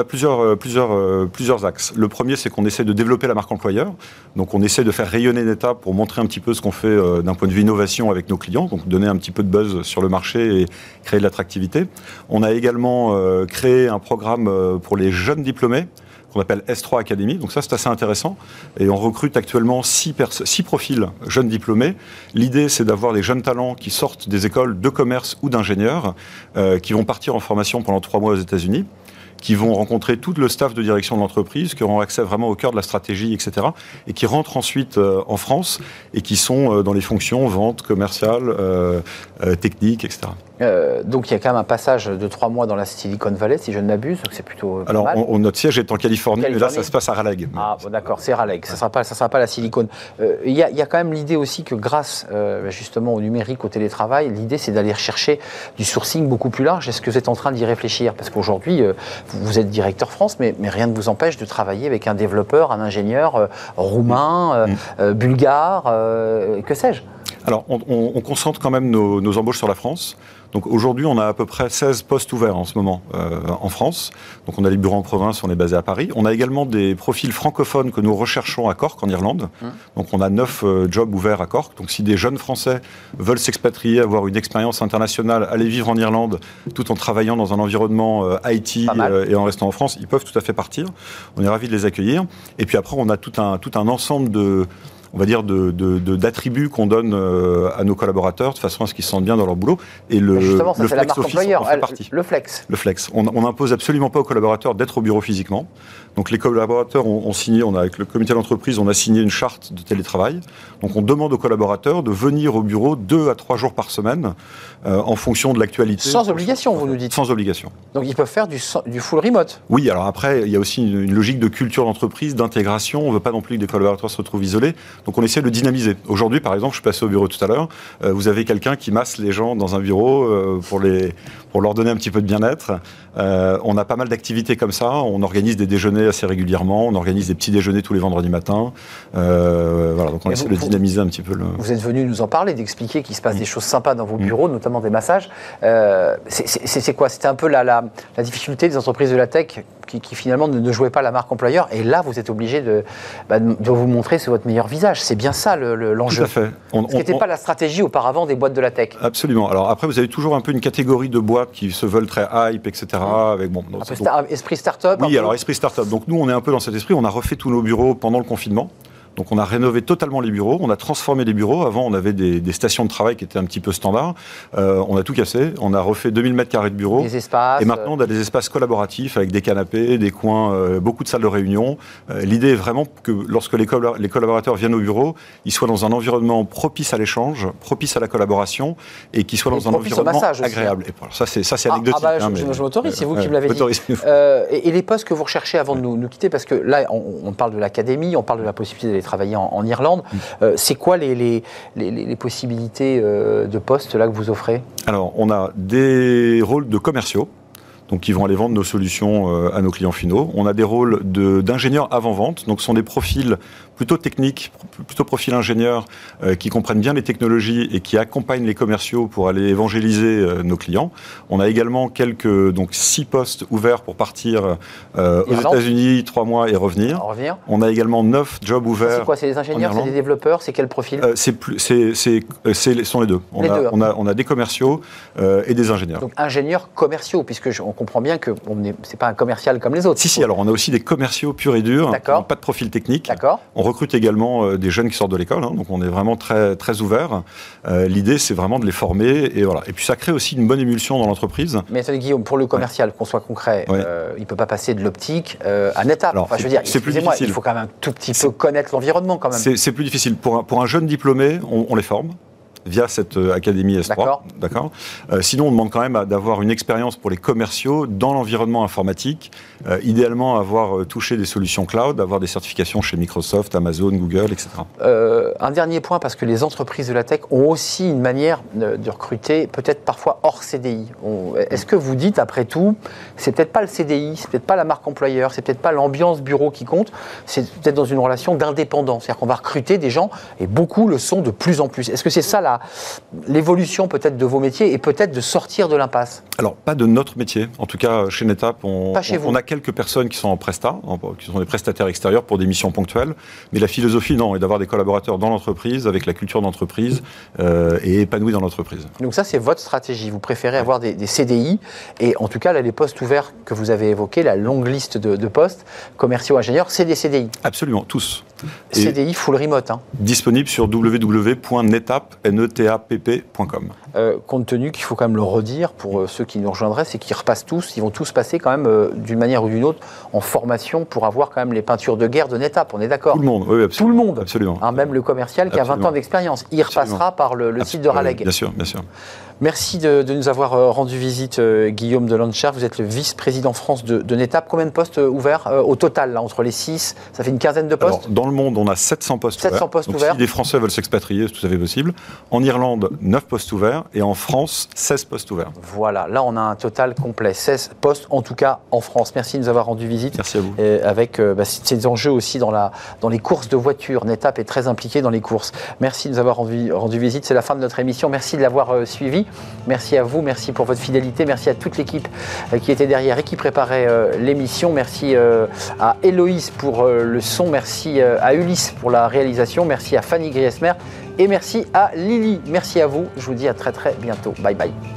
S5: plusieurs axes. Le premier, c'est qu'on essaie de développer la marque employeur. Donc, on essaie de faire rayonner NetApp pour montrer un petit peu ce qu'on fait d'un point de vue innovation avec nos clients, donc donner un petit peu de buzz sur le marché et créer de l'attractivité. On a également créé un programme pour les jeunes diplômés, qu'on appelle S3 Academy. Donc ça, c'est assez intéressant. Et on recrute actuellement 6 profils jeunes diplômés. L'idée, c'est d'avoir des jeunes talents qui sortent des écoles de commerce ou d'ingénieurs, qui vont partir en formation pendant 3 mois aux États-Unis, qui vont rencontrer tout le staff de direction de l'entreprise, qui auront accès vraiment au cœur de la stratégie, etc., et qui rentrent ensuite en France et qui sont dans les fonctions vente, commerciale, technique, etc.
S1: Donc il y a quand même un passage de 3 mois dans la Silicon Valley, si je ne m'abuse, donc c'est plutôt
S5: Alors,
S1: mal.
S5: Notre siège est en Californie, mais là, ça se passe à Raleigh.
S1: Ah, bon, d'accord, c'est Raleigh, ça ne sera pas la Silicon. Il y a quand même l'idée aussi que grâce justement au numérique, au télétravail, l'idée c'est d'aller rechercher du sourcing beaucoup plus large. Est-ce que vous êtes en train d'y réfléchir ? Parce qu'aujourd'hui, vous êtes directeur France, mais rien ne vous empêche de travailler avec un développeur, un ingénieur roumain, bulgare, que sais-je ?
S5: Alors, on concentre quand même nos embauches sur la France. Donc aujourd'hui, on a à peu près 16 postes ouverts en ce moment en France. Donc on a des bureaux en province, on est basé à Paris. On a également des profils francophones que nous recherchons à Cork, en Irlande. Donc on a 9 jobs ouverts à Cork. Donc si des jeunes Français veulent s'expatrier, avoir une expérience internationale, aller vivre en Irlande, tout en travaillant dans un environnement IT et en restant en France, ils peuvent tout à fait partir. On est ravis de les accueillir. Et puis après, on a tout un ensemble d'attributs qu'on donne à nos collaborateurs de façon à ce qu'ils se sentent bien dans leur boulot. Et
S1: justement, ça,
S5: le
S1: c'est la
S5: flex
S1: marque
S5: office
S1: employeur.
S5: en fait partie.
S1: Le flex.
S5: Le flex. On n'impose absolument pas aux collaborateurs d'être au bureau physiquement. Donc les collaborateurs ont signé, avec le comité d'entreprise, on a signé une charte de télétravail. Donc on demande aux collaborateurs de venir au bureau 2 à 3 jours par semaine en fonction de l'actualité.
S1: Sans obligation, vous nous dites.
S5: Sans obligation.
S1: Donc ils peuvent faire du full remote.
S5: Oui, alors après, il y a aussi une logique de culture d'entreprise, d'intégration. On ne veut pas non plus que des collaborateurs se retrouvent isolés. Donc on essaie de le dynamiser. Aujourd'hui, par exemple, je suis passé au bureau tout à l'heure, vous avez quelqu'un qui masse les gens dans un bureau pour leur donner un petit peu de bien-être. On a pas mal d'activités comme ça, on organise des déjeuners assez régulièrement, on organise des petits déjeuners tous les vendredis matins. Voilà, donc on essaie de dynamiser un petit peu.
S1: Vous êtes venu nous en parler, d'expliquer qu'il se passe des choses sympas dans vos bureaux, notamment des massages. C'est quoi? C'était un peu la difficulté des entreprises de la tech qui finalement ne jouaient pas la marque employeur. Et là, vous êtes obligé de vous montrer sur votre meilleur visage. C'est bien ça l'enjeu.
S5: Tout à fait.
S1: Ce qui n'était pas la stratégie auparavant des boîtes de la tech.
S5: Absolument. Alors après, vous avez toujours un peu une catégorie de boîtes qui se veulent très hype, etc. Avec,
S1: esprit start-up.
S5: Oui, alors esprit start-up. Donc nous, on est un peu dans cet esprit. On a refait tous nos bureaux pendant le confinement. Donc on a rénové totalement les bureaux, on a transformé les bureaux. Avant, on avait des stations de travail qui étaient un petit peu standards. On a tout cassé, on a refait 2000 m² de bureaux.
S1: Des espaces.
S5: Et maintenant, on a des espaces collaboratifs avec des canapés, des coins, beaucoup de salles de réunion. L'idée est vraiment que lorsque les collaborateurs viennent au bureau, ils soient dans un environnement propice à l'échange, propice à la collaboration et qu'ils soient dans un environnement agréable. Et voilà, ça, c'est anecdotique.
S1: Je m'autorise, c'est vous qui me l'avez dit. Et les postes que vous recherchez avant de nous quitter, parce que là, on parle de l'académie, on parle de la possibilité d'aller travailler en Irlande. C'est quoi les possibilités de postes là que vous offrez?
S5: Alors, on a des rôles de commerciaux, donc qui vont aller vendre nos solutions à nos clients finaux. On a des rôles d'ingénieurs avant-vente, donc ce sont des profils plutôt techniques, plutôt profils ingénieurs qui comprennent bien les technologies et qui accompagnent les commerciaux pour aller évangéliser nos clients. On a également 6 postes ouverts pour partir aux États-Unis 3 mois et revenir. On a également 9 jobs ouverts.
S1: C'est quoi? C'est des ingénieurs, c'est des développeurs, c'est quel profil?
S5: Ce sont les deux. On a des commerciaux et des ingénieurs.
S1: Donc ingénieurs commerciaux, puisque on comprend bien que c'est pas un commercial comme les autres.
S5: Si, alors on a aussi des commerciaux purs et durs, pas de profil technique.
S1: D'accord.
S5: On recrute également des jeunes qui sortent de l'école, donc on est vraiment très, très ouvert. L'idée, c'est vraiment de les former, et voilà. Et puis ça crée aussi une bonne émulsion dans l'entreprise.
S1: Mais attendez, Guillaume, pour le commercial, qu'on soit concret, il ne peut pas passer de l'optique à NetApp.
S5: Alors,
S1: je veux dire,
S5: c'est plus difficile.
S1: Il faut quand même un tout petit peu connaître l'environnement quand même.
S5: C'est plus difficile. Pour un jeune diplômé, on les forme via cette Académie S3. D'accord. Sinon, on demande quand même d'avoir une expérience pour les commerciaux dans l'environnement informatique, idéalement avoir touché des solutions cloud, avoir des certifications chez Microsoft, Amazon, Google, etc.
S1: Un dernier point, parce que les entreprises de la tech ont aussi une manière de recruter, peut-être parfois hors CDI. Est-ce que vous dites, après tout, c'est peut-être pas le CDI, c'est peut-être pas la marque employeur, c'est peut-être pas l'ambiance bureau qui compte, c'est peut-être dans une relation d'indépendance. C'est-à-dire qu'on va recruter des gens, et beaucoup le sont de plus en plus. Est-ce que c'est ça l'évolution peut-être de vos métiers et peut-être de sortir de l'impasse?
S5: Alors, pas de notre métier. En tout cas, chez NetApp, on a quelques personnes qui sont en prestat, qui sont des prestataires extérieurs pour des missions ponctuelles. Mais la philosophie, non, est d'avoir des collaborateurs dans l'entreprise, avec la culture d'entreprise et épanouis dans l'entreprise.
S1: Donc ça, c'est votre stratégie. Vous préférez avoir des CDI. Et en tout cas, là, les postes ouverts que vous avez évoqués, la longue liste de postes, commerciaux, ingénieurs, c'est des CDI.
S5: Absolument, tous.
S1: CDI full remote.
S5: Disponible sur www.netapp.com.
S1: Compte tenu qu'il faut quand même le redire pour ceux qui nous rejoindraient, c'est qu'ils repassent tous, ils vont tous passer quand même d'une manière ou d'une autre en formation pour avoir quand même les peintures de guerre de NetApp, on est d'accord?
S5: Tout le monde, oui, absolument.
S1: Tout le monde,
S5: absolument.
S1: Même le commercial qui a 20 ans d'expérience, il repassera par le site de Raleigh.
S5: Bien sûr, bien sûr.
S1: Merci de nous avoir rendu visite, Guillaume de Landscher. Vous êtes le vice-président France de NetApp. Combien de postes ouverts au total, là, entre les 6? Ça fait une quinzaine de postes?
S5: Alors, dans le monde, on a 700 postes ouverts. 700 postes ouverts. Si des Français veulent s'expatrier, c'est tout à fait possible. En Irlande, 9 postes ouverts. Et en France, 16 postes ouverts.
S1: Voilà, là, on a un total complet. 16 postes, en tout cas, en France. Merci de nous avoir rendu visite.
S5: Merci à vous.
S1: Avec ces enjeux aussi dans les courses de voitures. NetApp est très impliqué dans les courses. Merci de nous avoir rendu visite. C'est la fin de notre émission. Merci de l'avoir suivi. Merci à vous, merci pour votre fidélité, merci à toute l'équipe qui était derrière et qui préparait l'émission, merci à Héloïse pour le son, merci à Ulysse pour la réalisation, merci à Fanny Griesmer et merci à Lily. Merci à vous, je vous dis à très très bientôt. Bye bye.